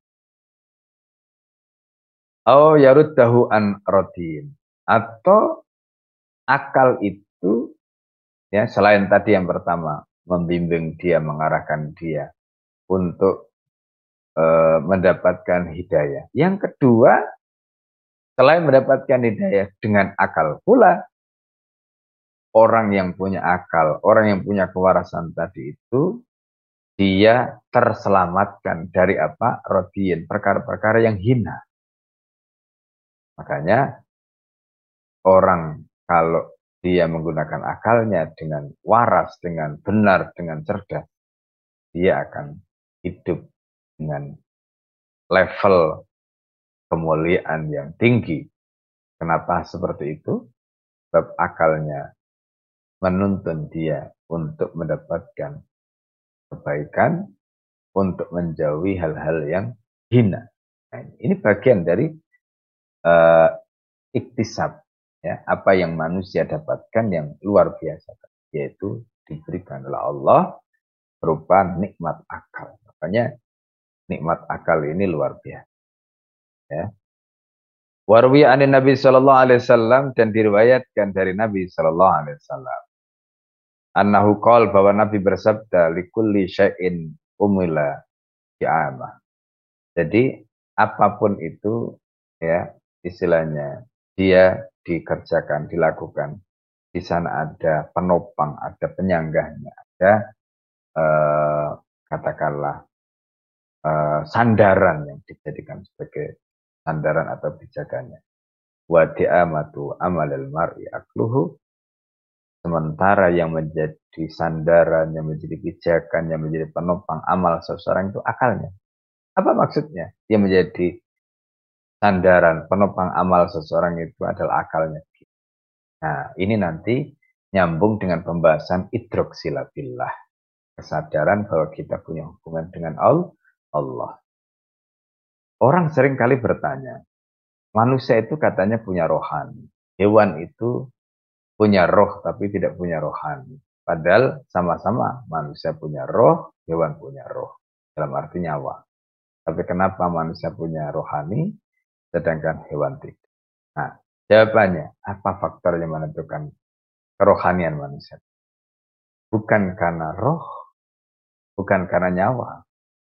Oh yaruddahu an rodin. Atau akal itu, ya selain tadi yang pertama, membimbing dia, mengarahkan dia untuk mendapatkan hidayah. Yang kedua, selain mendapatkan hidayah dengan akal pula, orang yang punya akal, orang yang punya kewarasan tadi itu, dia terselamatkan dari apa? Rodiyin, perkara-perkara yang hina. Makanya orang kalau dia menggunakan akalnya dengan waras, dengan benar, dengan cerdas, dia akan hidup dengan level kemuliaan yang tinggi. Kenapa seperti itu? Sebab akalnya menuntun dia untuk mendapatkan kebaikan, untuk menjauhi hal-hal yang hina. Nah, ini bagian dari uh, iktisab, ya, apa yang manusia dapatkan yang luar biasa, yaitu diberikan oleh Allah berupa nikmat akal. Makanya nikmat akal ini luar biasa. Ya. Warwi anin Nabi Shallallahu Alaihi Wasallam, dan diriwayatkan dari Nabi Shallallahu Alaihi Wasallam. Annahu qol, bahwa Nabi bersabda, likulli syai'in umila bi'amah. Jadi apapun itu, ya, istilahnya dia dikerjakan, dilakukan. Di sana ada penopang, ada penyanggahnya, ada katakanlah sandaran yang dijadikan sebagai sandaran atau pijakannya. Wa di'amatu amalil mar'i akluhu. Sementara yang menjadi sandaran, yang menjadi pijakan, yang menjadi penopang amal seseorang itu akalnya. Apa maksudnya? Dia menjadi sandaran, penopang amal seseorang itu adalah akalnya. Nah, ini nanti nyambung dengan pembahasan idroksilabillah. Kesadaran bahwa kita punya hubungan dengan Allah. Orang sering kali bertanya, manusia itu katanya punya rohani. Hewan itu punya roh tapi tidak punya rohani. Padahal sama-sama manusia punya roh, hewan punya roh. Dalam arti nyawa. Tapi kenapa manusia punya rohani, sedangkan hewan tidak? Nah, jawabannya, apa faktor yang menentukan kerohanian manusia? Bukan karena roh, bukan karena nyawa.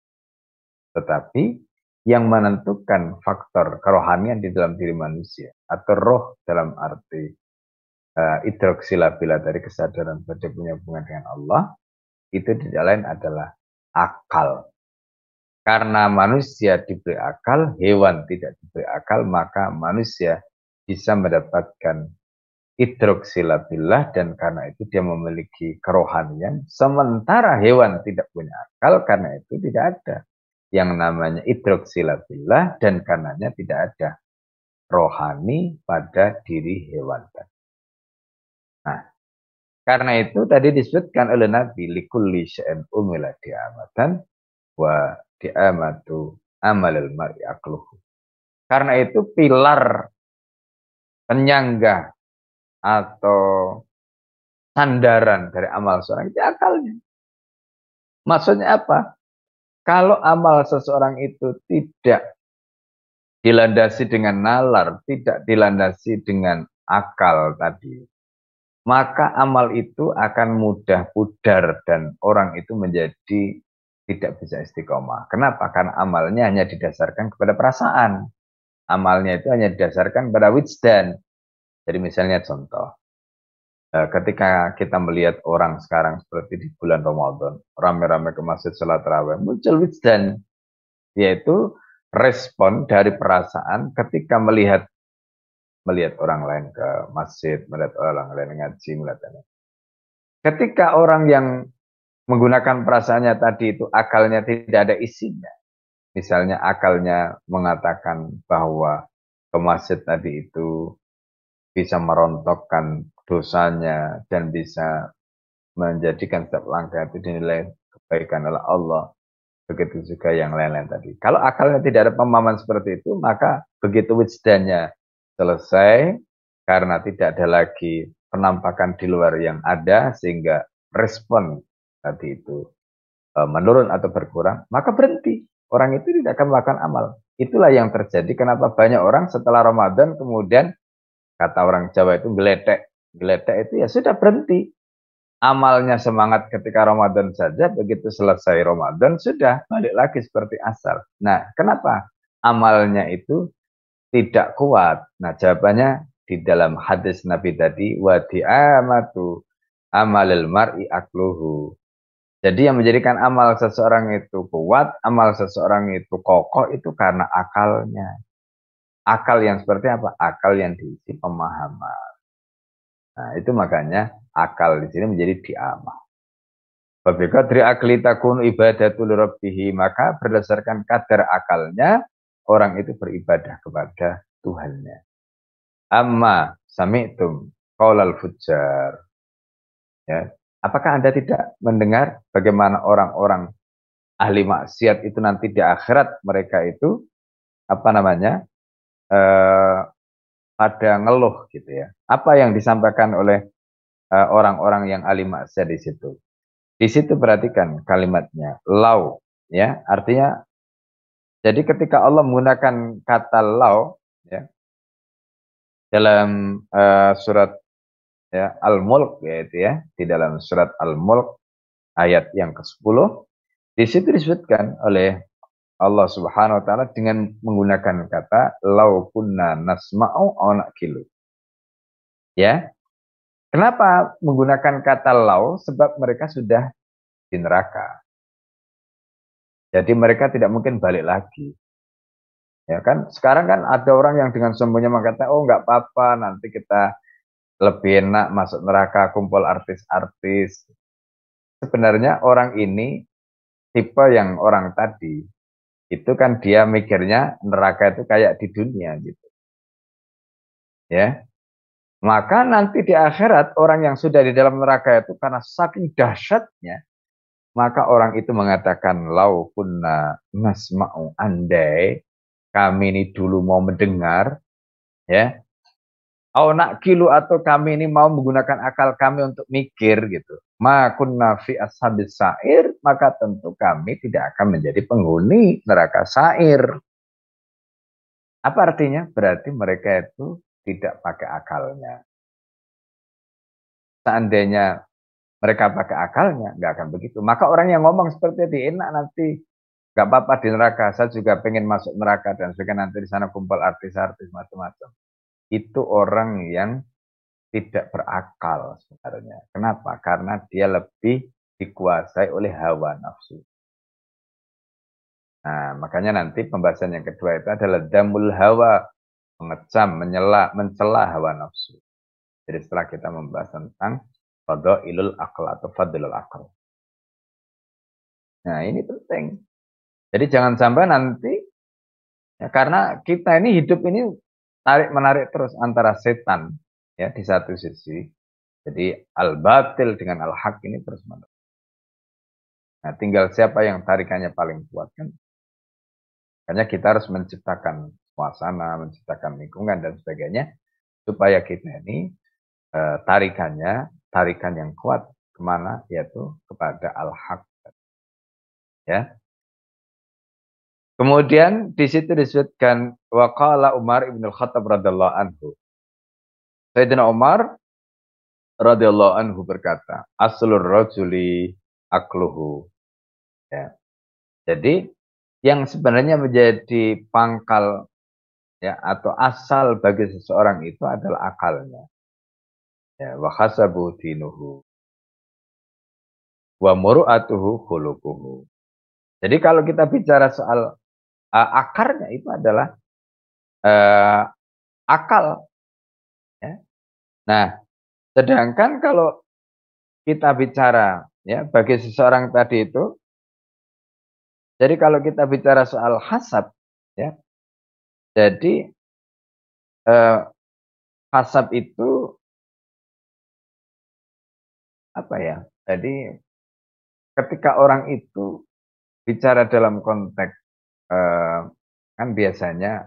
Tetapi yang menentukan faktor kerohanian di dalam diri manusia, atau roh dalam arti idroksilabilah dari kesadaran bahwa dia punya hubungan dengan Allah, itu tidak lain adalah akal. Karena manusia diberi akal, hewan tidak diberi akal, maka manusia bisa mendapatkan idroksilabilah, dan karena itu dia memiliki kerohanian, sementara hewan tidak punya akal, karena itu tidak ada yang namanya idroksilabilah, dan karenanya tidak ada rohani pada diri hewan. Nah, karena itu tadi disebutkan oleh Nabi, likulli syai'in umila di'amatan wa di'amatu amalil mar'i akluhu. Karena itu pilar penyangga atau sandaran dari amal seorang itu akalnya. Maksudnya apa? Kalau amal seseorang itu tidak dilandasi dengan nalar, tidak dilandasi dengan akal tadi, maka amal itu akan mudah pudar dan orang itu menjadi tidak bisa istiqomah. Kenapa? Karena amalnya hanya didasarkan kepada perasaan. Amalnya itu hanya didasarkan pada wijdan. Jadi misalnya contoh, ketika kita melihat orang sekarang seperti di bulan Ramadan, rame-rame ke masjid sholat tarawih, muncul wijdan, yaitu respon dari perasaan ketika melihat orang lain ke masjid, melihat orang lain ngaji, melihat ini. Ketika orang yang menggunakan perasaannya tadi itu akalnya tidak ada isinya, misalnya akalnya mengatakan bahwa ke masjid tadi itu bisa merontokkan dosanya dan bisa menjadikan setiap langkah itu dinilai kebaikan oleh Allah. Begitu juga yang lain-lain tadi. Kalau akalnya tidak ada pemahaman seperti itu, maka begitu wijdannya selesai, karena tidak ada lagi penampakan di luar yang ada, sehingga respon tadi itu menurun atau berkurang, maka berhenti. Orang itu tidak akan melakukan amal. Itulah yang terjadi kenapa banyak orang setelah Ramadan kemudian, kata orang Jawa itu geletek. Geletek itu ya sudah berhenti. Amalnya semangat ketika Ramadan saja, begitu selesai Ramadan sudah balik lagi seperti asal. Nah, kenapa amalnya itu tidak kuat? Nah, jawabannya di dalam hadis Nabi tadi wa di'amatu amalil mar'i akluhu. Jadi yang menjadikan amal seseorang itu kuat, amal seseorang itu kokoh itu karena akalnya. Akal yang seperti apa? Akal yang diisi pemahaman. Nah, itu makanya akal di sini menjadi diamah. Babikadri akli takun ibadatul rabbihi, maka berdasarkan kadar akalnya orang itu beribadah kepada Tuhannya. Amma sami'tum qaulal fujjar. Ya. Apakah Anda tidak mendengar bagaimana orang-orang ahli maksiat itu nanti di akhirat mereka itu apa namanya? Eh, pada ngeluh gitu ya. Apa yang disampaikan oleh orang-orang yang ahli maksiat di situ? Di situ perhatikan kalimatnya lau ya, artinya jadi ketika Allah menggunakan kata lau ya dalam surat ya Al-Mulk yaitu ya, di dalam surat Al-Mulk ayat yang ke-10 di situ disebutkan oleh Allah Subhanahu wa taala dengan menggunakan kata lau kunna nasma'u aw naqilu. Ya. Kenapa menggunakan kata lau? Sebab mereka sudah di neraka. Jadi mereka tidak mungkin balik lagi. Ya kan? Sekarang kan ada orang yang dengan sombongnya mengatakan, oh nggak apa-apa, nanti kita lebih enak masuk neraka kumpul artis-artis. Sebenarnya orang ini tipe yang orang tadi itu kan dia mikirnya neraka itu kayak di dunia gitu. Ya. Maka nanti di akhirat orang yang sudah di dalam neraka itu karena saking dahsyatnya, maka orang itu mengatakan lau kunna nasma'u, andai kami ini dulu mau mendengar ya, au naqilu, atau kami ini mau menggunakan akal kami untuk mikir gitu. Ma kunna fi ashabis sa'ir, maka tentu kami tidak akan menjadi penghuni neraka sa'ir. Apa artinya? Berarti mereka itu tidak pakai akalnya. Seandainya mereka pakai akalnya, nggak akan begitu. Maka orang yang ngomong seperti itu enak nanti, nggak apa-apa di neraka. Saya juga pengen masuk neraka dan sebagainya, nanti di sana kumpul artis-artis macam-macam. Itu orang yang tidak berakal sebenarnya. Kenapa? Karena dia lebih dikuasai oleh hawa nafsu. Nah, makanya nanti pembahasan yang kedua itu adalah damul hawa, mengecam, mencela hawa nafsu. Jadi setelah kita membahas tentang fadailul akal atau fadilul akal. Nah, ini penting. Jadi jangan sampai nanti, ya, karena kita ini hidup ini tarik-menarik terus antara setan ya di satu sisi. Jadi al-batil dengan al-haq ini terus menerus. Nah, tinggal siapa yang tarikannya paling kuat kan. Makanya kita harus menciptakan suasana, menciptakan lingkungan dan sebagainya supaya kita ini tarikan yang kuat kemana, yaitu kepada al-haq. Ya. Kemudian di situ disebutkan waqala Umar ibn al-Khattab radhiyallahu anhu. Sayyidina Umar radhiyallahu anhu berkata, aslur rajuli akluhu. Ya. Jadi yang sebenarnya menjadi pangkal ya atau asal bagi seseorang itu adalah akalnya. Ya, wa hasabu dinuhu wa muru'atuhu khuluquhu. Jadi kalau kita bicara soal akarnya itu adalah uh, akal. Ya. Nah, sedangkan kalau kita bicara ya bagi seseorang tadi itu, jadi kalau kita bicara soal hasab, ya, jadi hasab itu apa ya? Jadi ketika orang itu bicara dalam konteks kan biasanya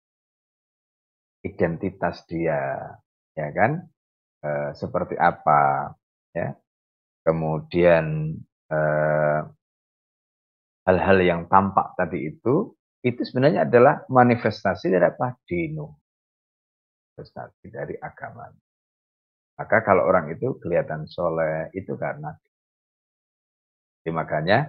identitas dia, ya kan, seperti apa, ya. Kemudian hal-hal yang tampak tadi itu sebenarnya adalah manifestasi dari apa? Dino, manifestasi dari agama. Maka kalau orang itu kelihatan soleh, itu karena jadi makanya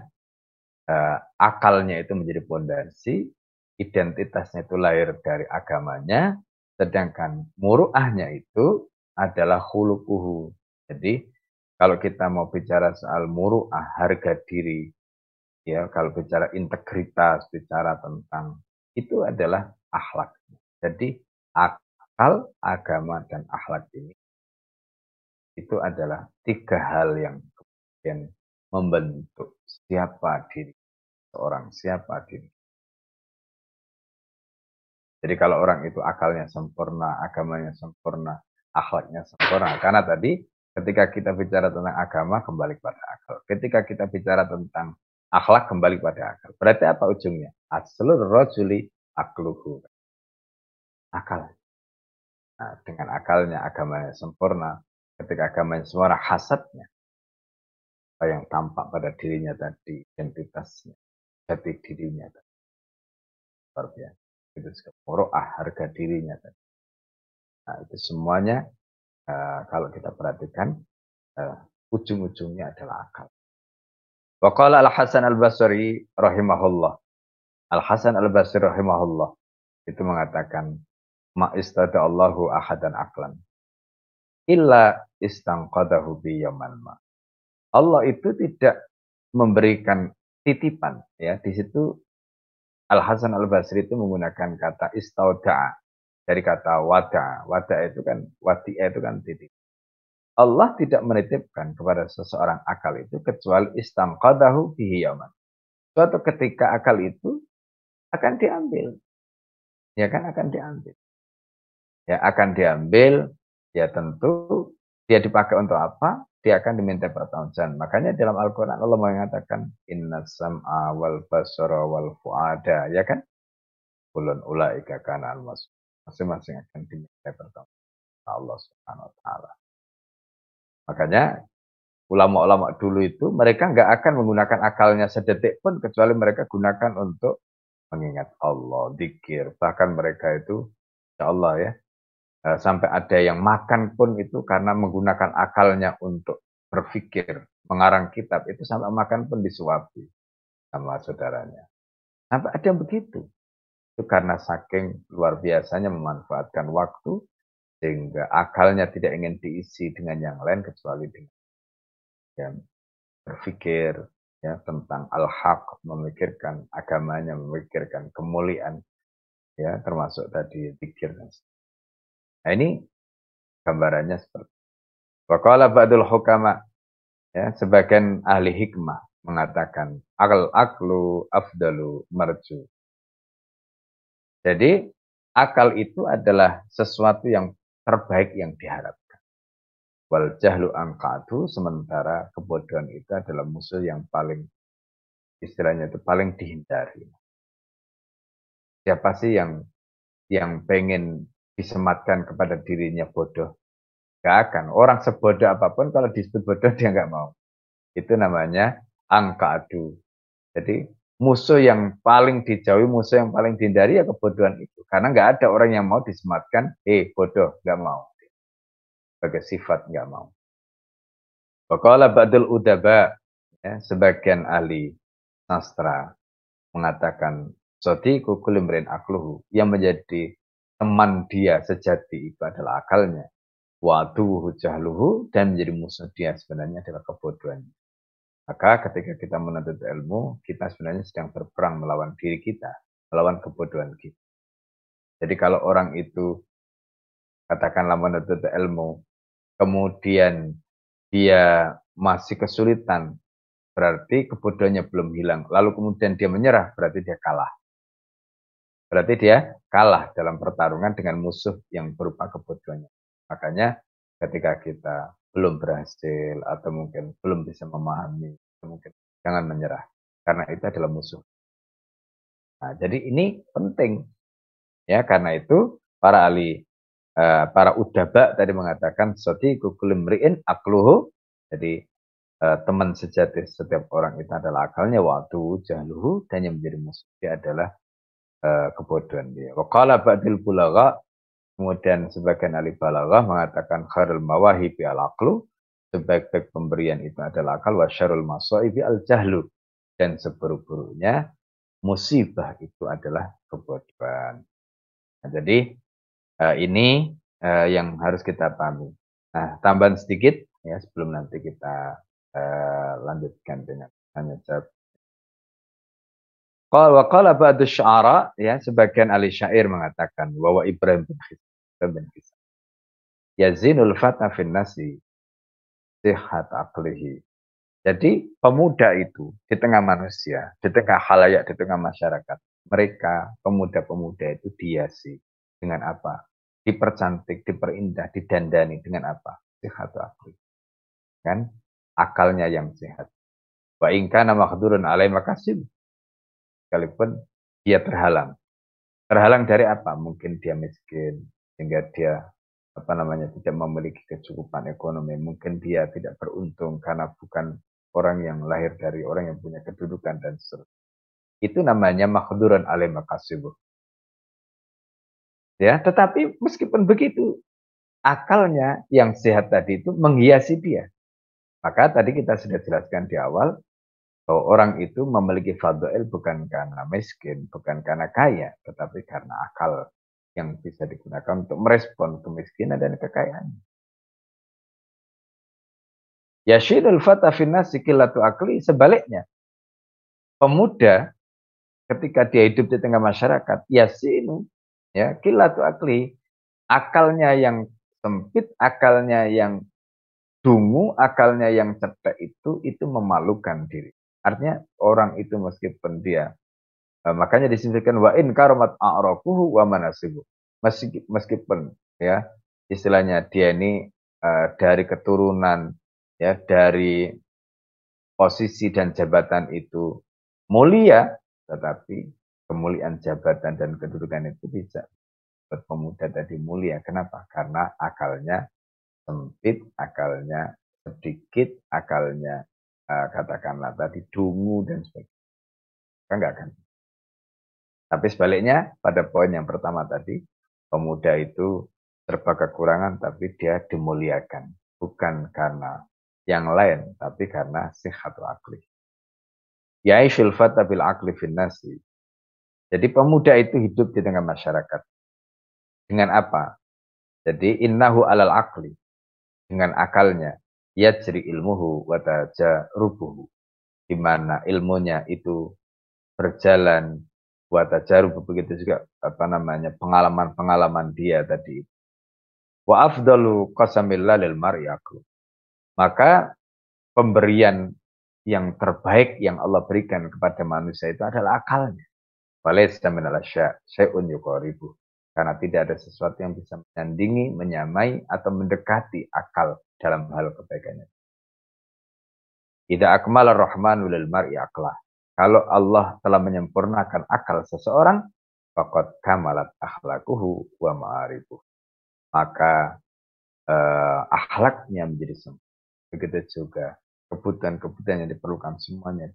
akalnya itu menjadi pondasi, identitasnya itu lahir dari agamanya, Sedangkan muru'ahnya itu adalah khuluquhu. Jadi kalau kita mau bicara soal muru'ah, harga diri, ya kalau bicara integritas, bicara tentang itu adalah akhlak. Jadi akal, agama, dan akhlak ini itu adalah tiga hal yang kemudian membentuk siapa diri seorang, siapa diri. Jadi kalau orang itu akalnya sempurna, agamanya sempurna, akhlaknya sempurna. Karena tadi ketika kita bicara tentang agama kembali pada akal. Ketika kita bicara tentang akhlak kembali pada akal. Berarti apa ujungnya? Aslur rajuli akluhu. Akal. Nah, dengan akalnya agamanya sempurna. Ketika agamanya sempurna, hasadnya apa yang tampak pada dirinya tadi, identitasnya, jati dirinya tadi. Luar biasa. Itu juga harga dirinya tadi. Nah, itu semuanya kalau kita perhatikan ujung-ujungnya adalah akal. Waqala Al-Hasan Al-Basri rahimahullah. Al-Hasan Al-Basri rahimahullah itu mengatakan ma istada Allahu ahadan aklan illa istangqadahu bi yaman ma. Allah itu tidak memberikan titipan ya. Di situ Al-Hasan Al-Basri itu menggunakan kata istauda'a dari kata wada. Wada itu kan wadi'a itu kan titip. Allah tidak menitipkan kepada seseorang akal itu kecuali istamqadahu bihi yaman. Suatu ketika akal itu akan diambil. Ya kan akan diambil. Ya akan diambil, ya tentu dia dipakai untuk apa? Dia akan diminta pertanggungjawaban. Makanya dalam Al-Quran Allah mengatakan inna sam'a wal basara wal fu'ada. Ya kan? Kulun ulaika kana al-mas'ul. Masing-masing akan diminta pertanggungjawaban Allah Subhanahu wa taala. Makanya ulama-ulama dulu itu mereka nggak akan menggunakan akalnya sedetik pun kecuali mereka gunakan untuk mengingat Allah, zikir. Bahkan mereka itu, ya Allah ya, sampai ada yang makan pun itu karena menggunakan akalnya untuk berpikir, mengarang kitab itu sampai makan pun disuapi sama saudaranya. Sampai ada yang begitu. Itu karena saking luar biasanya memanfaatkan waktu sehingga akalnya tidak ingin diisi dengan yang lain kecuali dengan yang berpikir ya tentang al-haq, memikirkan agamanya, memikirkan kemuliaan ya termasuk tadi zikir. Nah, ini gambarannya seperti waqala ba'dul hukama ya sebagian ahli hikmah mengatakan aklu afdalu marju. Jadi akal itu adalah sesuatu yang terbaik yang diharapkan. Wal jahlu angkatu sementara kebodohan itu adalah musuh yang paling istilahnya itu paling dihindari. Siapa sih yang pengen disematkan kepada dirinya bodoh? Gak akan. Orang sebodoh apapun kalau disebut bodoh dia nggak mau. Itu namanya angka adu. Jadi musuh yang paling dijauhi, musuh yang paling dihindari ya kebodohan itu. Karena nggak ada orang yang mau disematkan, bodoh, nggak mau. Sebagai sifat nggak mau. Waqala ba'dul udaba, ya, sebagian ahli sastra mengatakan sadiqu kulli imrin akluhu, yang menjadi teman dia sejati itu adalah akalnya. Waduhu jahluhu, dan menjadi musuh dia sebenarnya adalah kebodohannya. Maka ketika kita menuntut ilmu, kita sebenarnya sedang berperang melawan diri kita, melawan kebodohan kita. Jadi kalau orang itu katakanlah menuntut ilmu, kemudian dia masih kesulitan, berarti kebodohannya belum hilang. Lalu kemudian dia menyerah, berarti dia kalah. Berarti dia kalah dalam pertarungan dengan musuh yang berupa kebodohannya. Makanya ketika kita belum berhasil atau mungkin belum bisa memahami, mungkin jangan menyerah. Karena itu adalah musuh. Nah, jadi ini penting. Ya, karena itu para udaba tadi mengatakan sadiqu kulli imri'in akluhu. Jadi teman sejati setiap orang itu adalah akalnya, waktu jahluhu, dan yang menjadi musuh dia adalah kebodohan dia. Wa qala ba'dil bulagha, kemudian sebagian ahli balaghah mengatakan khairul mawahibi al aqlu, sebaik-baik pemberian itu adalah akal, wa syarrul masaibi al jahlu, dan seburuk-buruknya musibah itu adalah kebodohan. Nah, jadi Ini yang harus kita pahami. Nah, tambahan sedikit ya sebelum nanti kita lanjutkan dengan tanya jawab. Qala ba'du syu'ara, ya, sebagian ahli syair mengatakan bahwa Ibrahim bin Hisam yazinul fata fin nasi sihat aqlihi. Jadi pemuda itu di tengah manusia, di tengah khalayak, di tengah masyarakat, mereka pemuda-pemuda itu dihiasi dengan apa? Dipercantik, diperindah, didandani dengan apa? Sihat aqli. Kan? Akalnya yang sehat. Wa in kana maqdurun alaihi makasib. Sekalipun dia terhalang. Terhalang dari apa? Mungkin dia miskin sehingga dia tidak memiliki kecukupan ekonomi. Mungkin dia tidak beruntung karena bukan orang yang lahir dari orang yang punya kedudukan dan seterusnya. Itu namanya makhdurun alaihi makasib. Ya, tetapi meskipun begitu, akalnya yang sehat tadi itu menghiasi dia. Maka tadi kita sudah jelaskan di awal bahwa orang itu memiliki fadha'il bukan karena miskin, bukan karena kaya, tetapi karena akal yang bisa digunakan untuk merespon kemiskinan dan kekayaan. Yashidul fata finnasi qillatu akli, sebaliknya. Pemuda ketika dia hidup di tengah masyarakat, yasinu, ya, qillatu akli, akalnya yang sempit, akalnya yang dungu, akalnya yang cetek itu memalukan diri. Artinya orang itu meskipun dia makanya disebutkan wa in karamat a'rafuhu wa manasibu. Meskipun ya istilahnya dia ini dari keturunan ya dari posisi dan jabatan itu mulia, tetapi kemuliaan jabatan dan kedudukan itu bisa buat pemuda tadi mulia. Kenapa? Karena akalnya sempit, akalnya sedikit, akalnya katakanlah tadi dungu dan sebagainya. Kan enggak kan? Tapi sebaliknya, pada poin yang pertama tadi, pemuda itu serba kekurangan, tapi dia dimuliakan. Bukan karena yang lain, tapi karena sihatul akli. Ya'ishul fata bil akli fin nasi. Jadi pemuda itu hidup di tengah masyarakat. Dengan apa? Jadi innahu alal akli. Dengan akalnya. Yajri ilmuhu wa tajarubuhu. Di mana ilmunya itu berjalan buat tajarub, begitu juga pengalaman-pengalaman dia tadi. Wa afdalu qasamillah lil mar'i aqlu. Maka pemberian yang terbaik yang Allah berikan kepada manusia itu adalah akalnya. Walaysa minal asya' syai'un yuqaribu. Karena tidak ada sesuatu yang bisa menyandingi, menyamai atau mendekati akal dalam hal kebaikannya. Idza akmala ar-rahmanu lil mar'i aqlah. Kalau Allah telah menyempurnakan akal seseorang, faqad kamalat akhlaquhu wa ma'arifuh. Maka akhlaknya menjadi sempurna. Begitu juga kebutuhan-kebutuhan yang diperlukan semuanya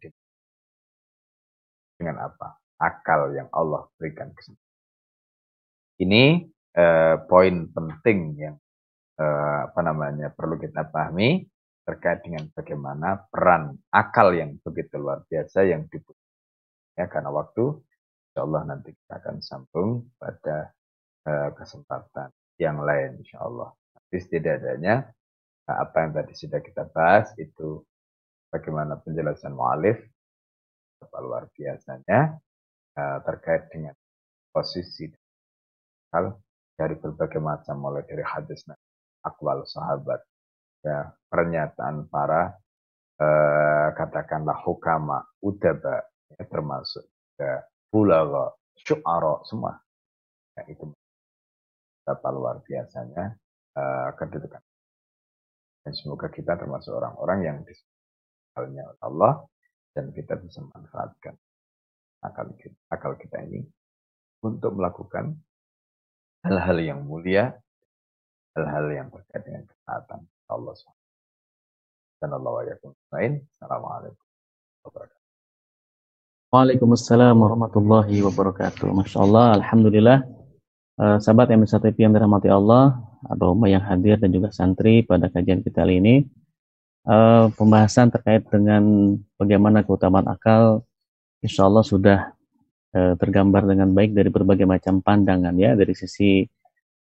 dengan apa? Akal yang Allah berikan. Ini poin penting yang perlu kita pahami terkait dengan bagaimana peran akal yang begitu luar biasa yang dibutuhkan. Ya, karena waktu, insyaallah nanti kita akan sambung pada kesempatan yang lain, insyaallah. Tapi setidaknya apa yang tadi sudah kita bahas itu bagaimana penjelasan mu'alif apa luar biasanya terkait dengan posisi hal dari berbagai macam, mulai dari hadis akwal sahabat, ya, pernyataan para katakanlah hukama, udaba, ya, termasuk juga bulagha, syu'ara, semua. Ya, itu betapa luar biasanya kedudukan. Dan semoga kita termasuk orang-orang yang disebutnya oleh Allah dan kita bisa manfaatkan akal kita ini untuk melakukan hal-hal yang mulia, hal-hal yang terkait dengan ketaatan Allah SWT. Dan Allah wa yakum. Assalamualaikum warahmatullahi wabarakatuh. Waalaikumsalam warahmatullahi wabarakatuh. Masya Allah, Alhamdulillah. Sahabat MSA TV yang dirahmati Allah, Abah Umar yang hadir dan juga santri pada kajian kita kali ini. Pembahasan terkait dengan bagaimana keutamaan akal, insya Allah sudah tergambar dengan baik dari berbagai macam pandangan, ya, dari sisi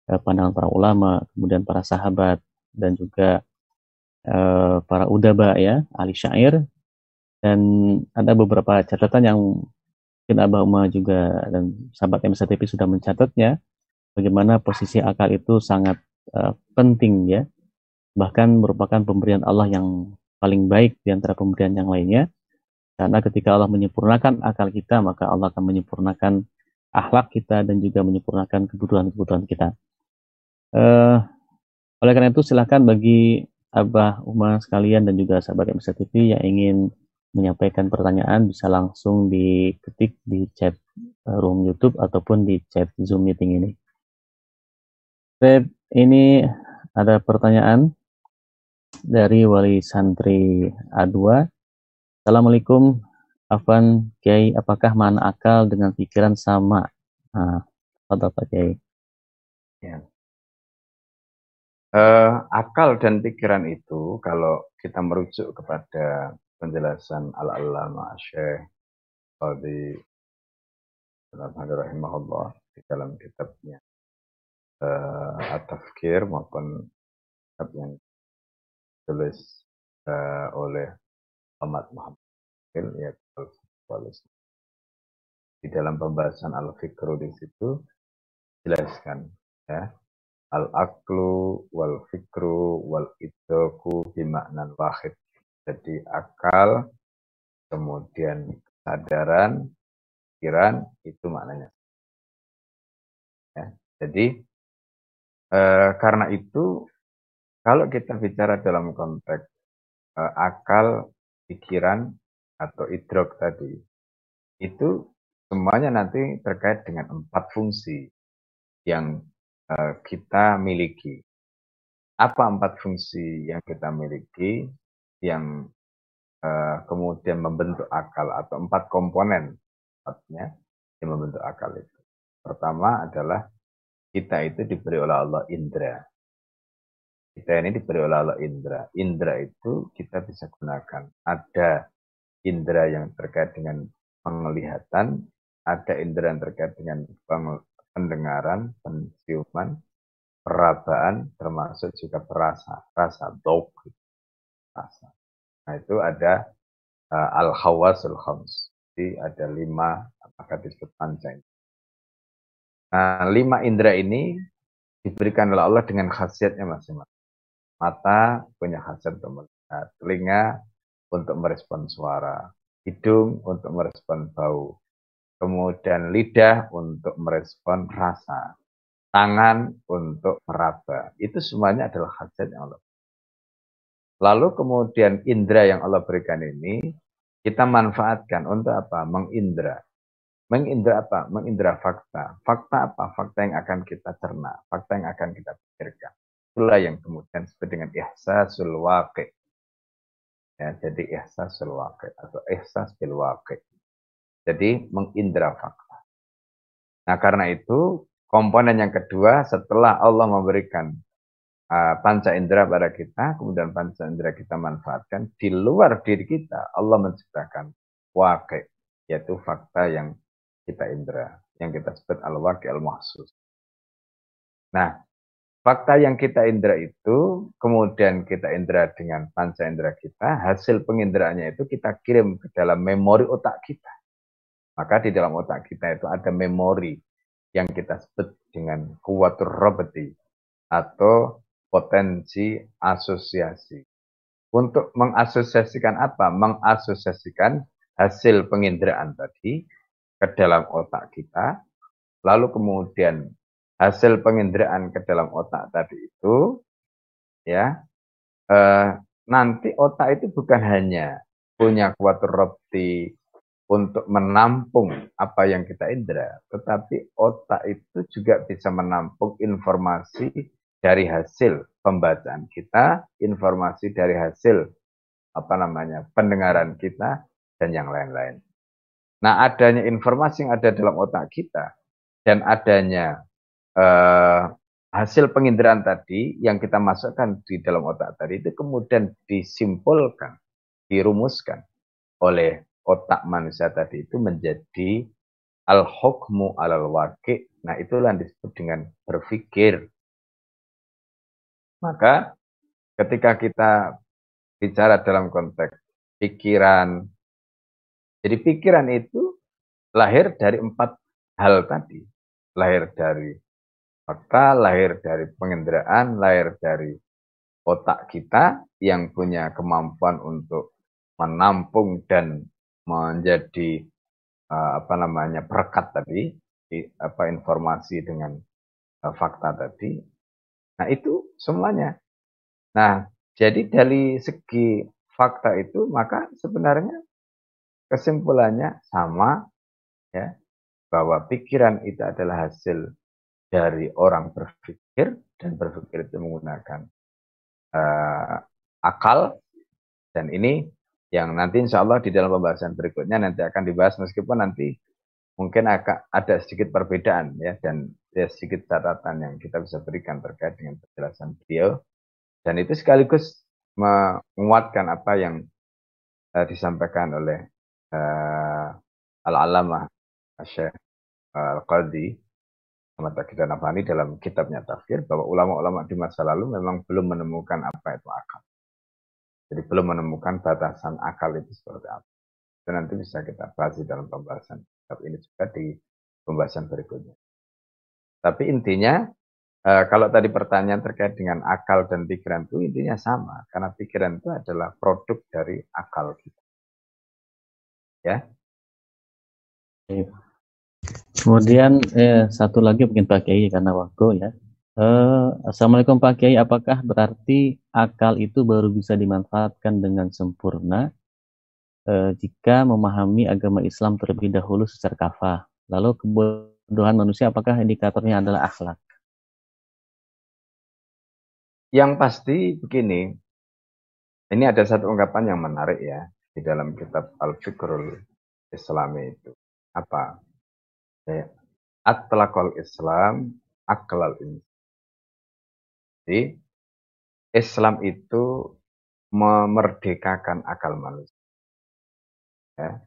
pandangan para ulama, kemudian para sahabat, dan juga para udaba ya, ahli syair, dan ada beberapa catatan yang mungkin Abah Uma juga dan sahabat MSA TV sudah mencatatnya, bagaimana posisi akal itu sangat penting ya, bahkan merupakan pemberian Allah yang paling baik di antara pemberian yang lainnya, karena ketika Allah menyempurnakan akal kita, maka Allah akan menyempurnakan akhlak kita dan juga menyempurnakan kebutuhan-kebutuhan kita. Oleh karena itu, silakan bagi Abah Uma sekalian dan juga sahabat MSA TV yang ingin menyampaikan pertanyaan bisa langsung diketik di chat room YouTube ataupun di chat Zoom meeting ini. Baik, ini ada pertanyaan dari Wali Santri A2. Assalamualaikum, Afwan Kiai, apakah makna akal dengan pikiran sama? Nah, apa Pak Kiai? Ya. Akal dan pikiran itu kalau kita merujuk kepada penjelasan Al-Allamah Syekh Qadhi rahimahullah di dalam kitabnya At-Tafkir maupun kitab yang ditulis oleh Ahmad Muhammad yaitu Al-Fiqh. Di dalam pembahasan Al-Fikru di situ jelaskan ya, al-aqlu wal fikru wal idraku bimaknan wahid. Jadi akal, kemudian kesadaran, pikiran, itu maknanya. Ya. Jadi karena itu kalau kita bicara dalam konteks akal, pikiran, atau idrok tadi, itu semuanya nanti terkait dengan 4 fungsi yang kita miliki. Apa 4 fungsi yang kita miliki yang kemudian membentuk akal atau 4 komponen artinya yang membentuk akal itu. Pertama adalah kita itu diberi oleh Allah indera. Kita ini diberi oleh Allah indera. Indera itu kita bisa gunakan. Ada indera yang terkait dengan penglihatan, ada indera yang terkait dengan pendengaran, penciuman, perabaan, termasuk juga rasa dhauk, rasa. Nah itu ada al-hawasul khams. Jadi ada 5, apakah disebut panca. Nah 5 indera ini diberikan oleh Allah dengan khasiatnya masing-masing. Mata punya khasiat untuk melihat, telinga untuk merespon suara, hidung untuk merespon bau, kemudian lidah untuk merespon rasa, tangan untuk meraba. Itu semuanya adalah khasiat yang Allah. Lalu kemudian indera yang Allah berikan ini kita manfaatkan untuk apa? Mengindra. Mengindra apa? Mengindra fakta. Fakta apa? Fakta yang akan kita cerna, fakta yang akan kita pikirkan. Itulah yang kemudian disebut dengan ihsasul waqi'. Ya, jadi ihsasul waqi' atau ihsas bil waqi'. Jadi mengindra fakta. Nah, karena itu komponen yang kedua setelah Allah memberikan panca indera pada kita, kemudian panca indera kita manfaatkan, di luar diri kita Allah menciptakan waqi', yaitu fakta yang kita indera, yang kita sebut al-waqi' al-mahsus. Nah, fakta yang kita indera itu, kemudian kita indera dengan panca indera kita, hasil penginderaannya itu kita kirim ke dalam memori otak kita. Maka di dalam otak kita itu ada memori yang kita sebut dengan kuwatur robati atau potensi asosiasi. Untuk mengasosiasikan apa? Mengasosiasikan hasil penginderaan tadi ke dalam otak kita, lalu kemudian hasil penginderaan ke dalam otak tadi itu, ya, nanti otak itu bukan hanya punya kuwatur robati untuk menampung apa yang kita indera, tetapi otak itu juga bisa menampung informasi dari hasil pembacaan kita, informasi dari hasil pendengaran kita, dan yang lain-lain. Nah, adanya informasi yang ada dalam otak kita dan adanya hasil penginderaan tadi yang kita masukkan di dalam otak tadi itu kemudian disimpulkan, dirumuskan oleh otak manusia tadi itu menjadi al-hukmu alal waqi' Nah, itulah yang disebut dengan berpikir. Maka ketika kita bicara dalam konteks pikiran, jadi pikiran itu lahir dari 4 hal tadi. Lahir dari fakta, lahir dari pengenderaan, lahir dari otak kita yang punya kemampuan untuk menampung dan menjadi perekat tadi, informasi dengan fakta tadi. Nah, itu semuanya. Nah, jadi dari segi fakta itu maka sebenarnya kesimpulannya sama, ya, bahwa pikiran itu adalah hasil dari orang berpikir, dan berpikir itu menggunakan uh, akal. Dan ini yang nanti insya Allah di dalam pembahasan berikutnya nanti akan dibahas, meskipun nanti mungkin akan ada sedikit perbedaan, ya, dan ya, sedikit catatan yang kita bisa berikan terkait dengan penjelasan beliau, dan itu sekaligus menguatkan apa yang disampaikan oleh Al-Alamah Syekh Al-Qadhi Ahmad Taqi Nabhani dalam kitabnya Tafsir, bahwa ulama-ulama di masa lalu memang belum menemukan apa itu akal. Jadi belum menemukan batasan akal itu seperti apa. Dan nanti bisa kita bahas di dalam pembahasan kitab ini juga di pembahasan berikutnya. Tapi intinya, kalau tadi pertanyaan terkait dengan akal dan pikiran itu intinya sama, karena pikiran itu adalah produk dari akal kita. Ya. Kemudian satu lagi mungkin Pak Kiai karena waktu ya. Assalamualaikum Pak Kiai, apakah berarti akal itu baru bisa dimanfaatkan dengan sempurna jika memahami agama Islam terlebih dahulu secara kafah? Lalu kebodohan manusia apakah indikatornya adalah akhlak? Yang pasti begini, ini ada satu ungkapan yang menarik ya di dalam kitab Al-Fikrul Islami itu. Apa? Atlaqal Islam aklal insan. Jadi Islam itu memerdekakan akal manusia. Ya.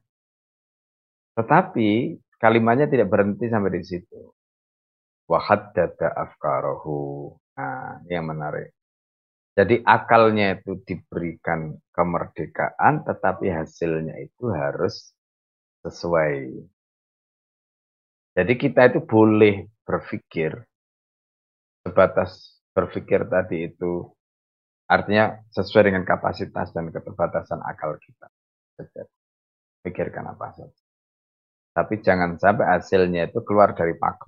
Tetapi kalimatnya tidak berhenti sampai di situ. Wa haddada afkarahu. Nah, ini yang menarik. Jadi akalnya itu diberikan kemerdekaan, tetapi hasilnya itu harus sesuai. Jadi kita itu boleh berpikir, sebatas berpikir tadi itu artinya sesuai dengan kapasitas dan keterbatasan akal kita. Pikirkan apa saja. Tapi jangan sampai hasilnya itu keluar dari pakem.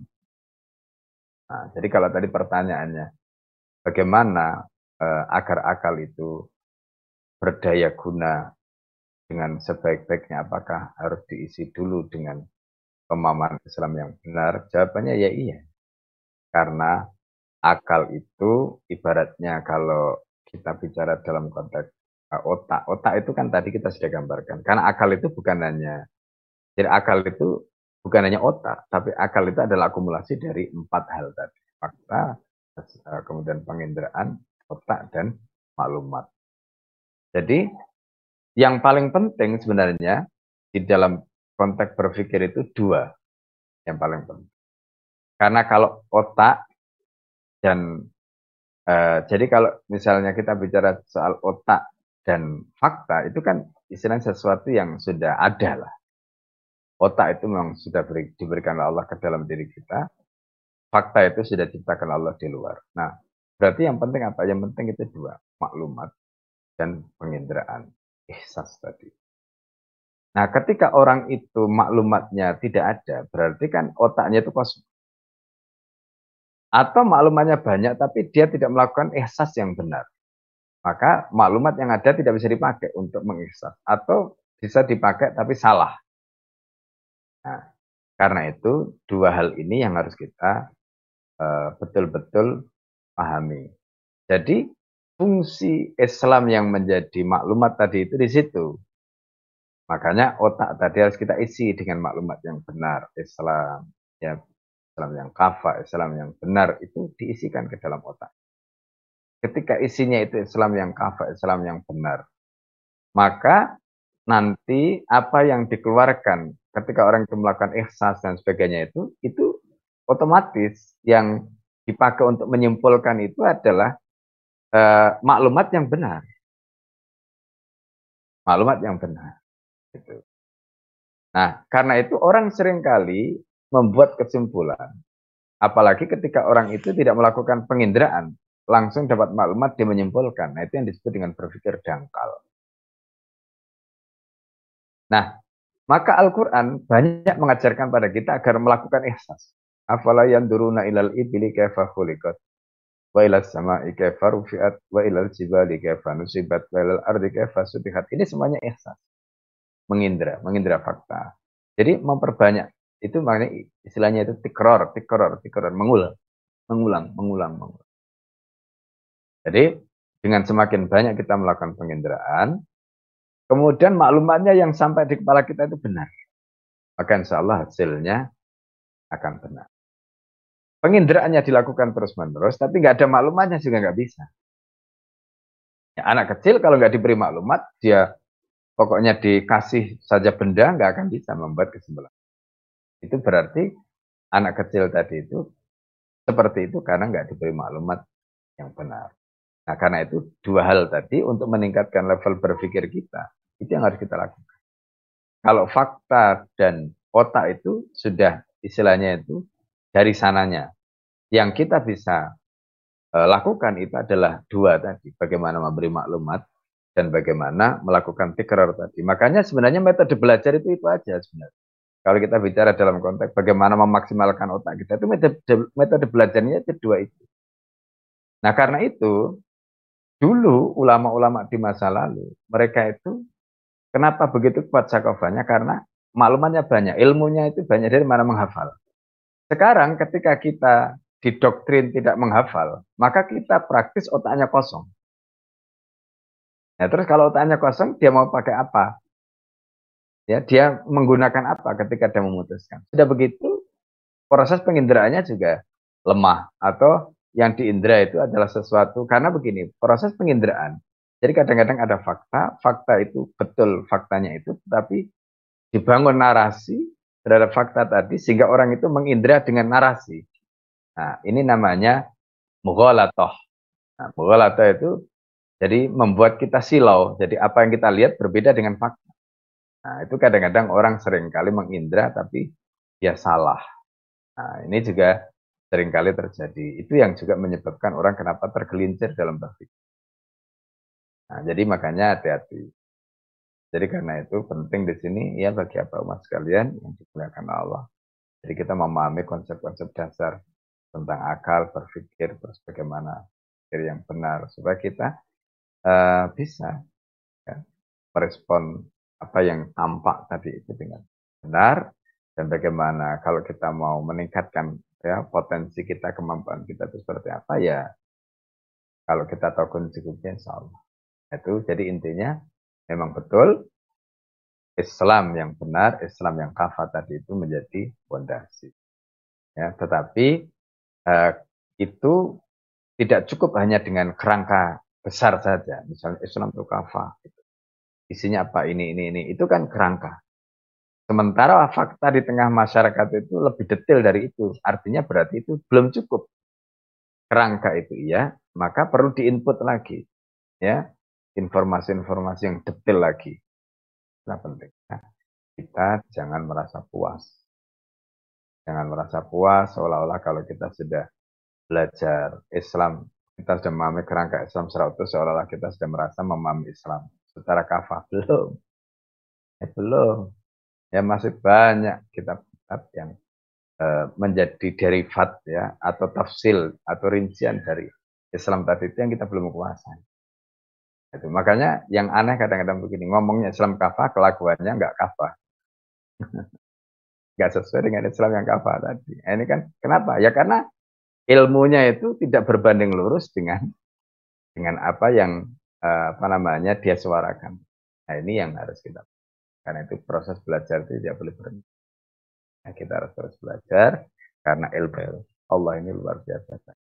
Nah, jadi kalau tadi pertanyaannya, bagaimana agar akal itu berdaya guna dengan sebaik-baiknya, apakah harus diisi dulu dengan pemahaman Islam yang benar? Jawabannya ya iya. Karena akal itu ibaratnya kalau kita bicara dalam konteks otak. Otak itu kan tadi kita sudah gambarkan. Karena akal itu bukan hanya, jadi akal itu bukan hanya otak, tapi akal itu adalah akumulasi dari 4 hal tadi. Fakta, kemudian penginderaan, otak, dan maklumat. Jadi yang paling penting sebenarnya di dalam konteks berpikir itu 2 yang paling penting. Karena kalau otak dan jadi kalau misalnya kita bicara soal otak dan fakta, itu kan istilahnya sesuatu yang sudah ada lah. Otak itu memang sudah diberikan Allah ke dalam diri kita. Fakta itu sudah diciptakan Allah di luar. Nah, berarti yang penting apa? Yang penting itu 2, maklumat dan penginderaan, ihsas tadi. Nah, ketika orang itu maklumatnya tidak ada, berarti kan otaknya itu kosong. Atau maklumatnya banyak, tapi dia tidak melakukan ihsas yang benar. Maka maklumat yang ada tidak bisa dipakai untuk mengihsas. Atau bisa dipakai tapi salah. Nah, karena itu 2 hal ini yang harus kita betul-betul pahami. Jadi fungsi Islam yang menjadi maklumat tadi itu di situ. Makanya otak tadi harus kita isi dengan maklumat yang benar. Islam, ya, Islam yang kafah, Islam yang benar itu diisikan ke dalam otak. Ketika isinya itu Islam yang kafah, Islam yang benar, maka nanti apa yang dikeluarkan ketika orang itu melakukan ihsas dan sebagainya itu otomatis yang dipakai untuk menyimpulkan itu adalah maklumat yang benar. Maklumat yang benar. Gitu. Nah, karena itu orang seringkali membuat kesimpulan. Apalagi ketika orang itu tidak melakukan penginderaan. Langsung dapat maklumat, dia menyimpulkan. Nah, itu yang disebut dengan berpikir dangkal. Nah, maka Al-Quran banyak mengajarkan pada kita agar melakukan ihsas. Afala yanduruna ilal ibili kaifa khuliqat wa ilal sama'i kaifa rufi'at wa ilal jibali kaifa nusibat wa ilal ardi kaifa sutihat. Ini semuanya ihsas. Mengindra fakta. Jadi memperbanyak. Itu maknanya istilahnya itu tikror, mengulang. Jadi dengan semakin banyak kita melakukan penginderaan, kemudian maklumatnya yang sampai di kepala kita itu benar. Maka insya Allah hasilnya akan benar. Penginderaannya dilakukan terus-menerus, tapi nggak ada maklumatnya juga nggak bisa. Ya, anak kecil kalau nggak diberi maklumat, dia pokoknya dikasih saja benda, nggak akan bisa membuat kesimpulan. Itu berarti anak kecil tadi itu seperti itu karena nggak diberi maklumat yang benar. Nah, karena itu dua hal tadi untuk meningkatkan level berpikir kita, itu yang harus kita lakukan. Kalau fakta dan otak itu sudah istilahnya itu dari sananya. Yang kita bisa lakukan itu adalah dua tadi, bagaimana memberi maklumat dan bagaimana melakukan tikrar tadi. Makanya sebenarnya metode belajar itu aja sebenarnya. Kalau kita bicara dalam konteks bagaimana memaksimalkan otak kita, itu metode belajarnya itu dua itu. Nah, karena itu dulu ulama-ulama di masa lalu, mereka itu kenapa begitu kuat cakupannya? Karena maklumatnya banyak, ilmunya itu banyak dari mana menghafal. Sekarang ketika kita didoktrin tidak menghafal, maka kita praktis otaknya kosong. Nah, terus kalau otaknya kosong, dia mau pakai apa? Ya, dia menggunakan apa ketika dia memutuskan? Sudah begitu, proses penginderaannya juga lemah atau yang diindra itu adalah sesuatu karena begini, proses penginderaan. Jadi kadang-kadang ada fakta, fakta itu betul faktanya itu, tapi dibangun narasi terhadap fakta tadi sehingga orang itu mengindra dengan narasi. Nah, ini namanya mughalatoh. Nah, mughalatoh itu jadi membuat kita silau. Jadi apa yang kita lihat berbeda dengan fakta. Nah, itu kadang-kadang orang seringkali mengindra tapi dia salah. Nah, ini juga seringkali terjadi. Itu yang juga menyebabkan orang kenapa tergelincir dalam berpikir. Nah, jadi makanya hati-hati. Jadi karena itu penting di sini ya bagi apa umat sekalian yang dimuliakan Allah. Jadi kita memahami konsep-konsep dasar tentang akal, berpikir, terus bagaimana berpikir yang benar supaya kita bisa ya, merespon apa yang tampak tadi itu dengan benar dan bagaimana kalau kita mau meningkatkan ya potensi kita, kemampuan kita itu seperti apa ya kalau kita tahu konsekuensinya insya Allah. Itu jadi intinya memang betul Islam yang benar, Islam yang kafah tadi itu menjadi fondasi. Ya, tetapi eh, itu tidak cukup hanya dengan kerangka besar saja. Misalnya Islam itu kafah. Isinya apa ini. Itu kan kerangka. Sementara fakta di tengah masyarakat itu lebih detail dari itu. Artinya berarti itu belum cukup. Kerangka itu iya, maka perlu diinput lagi. Ya, informasi-informasi yang detail lagi. Nah, penting. Nah, kita jangan merasa puas. Jangan merasa puas seolah-olah kalau kita sudah belajar Islam, kita sudah memahami kerangka Islam 100 seolah-olah kita sudah merasa memahami Islam secara kafah. Belum. Belum. Ya masih banyak kitab-kitab yang menjadi derivat ya atau tafsil atau rincian dari Islam tadi itu yang kita belum kuasai. Itu makanya yang aneh kadang-kadang begini, ngomongnya Islam kafah, kelakuannya nggak kafah. Nggak sesuai dengan Islam yang kafah tadi. Nah, ini kan kenapa? Ya karena ilmunya itu tidak berbanding lurus dengan apa yang apa namanya dia suarakan. Nah, ini yang harus kita. Karena itu proses belajar itu tidak boleh berhenti. Nah, kita harus terus belajar karena ilmu Allah ini luar biasa.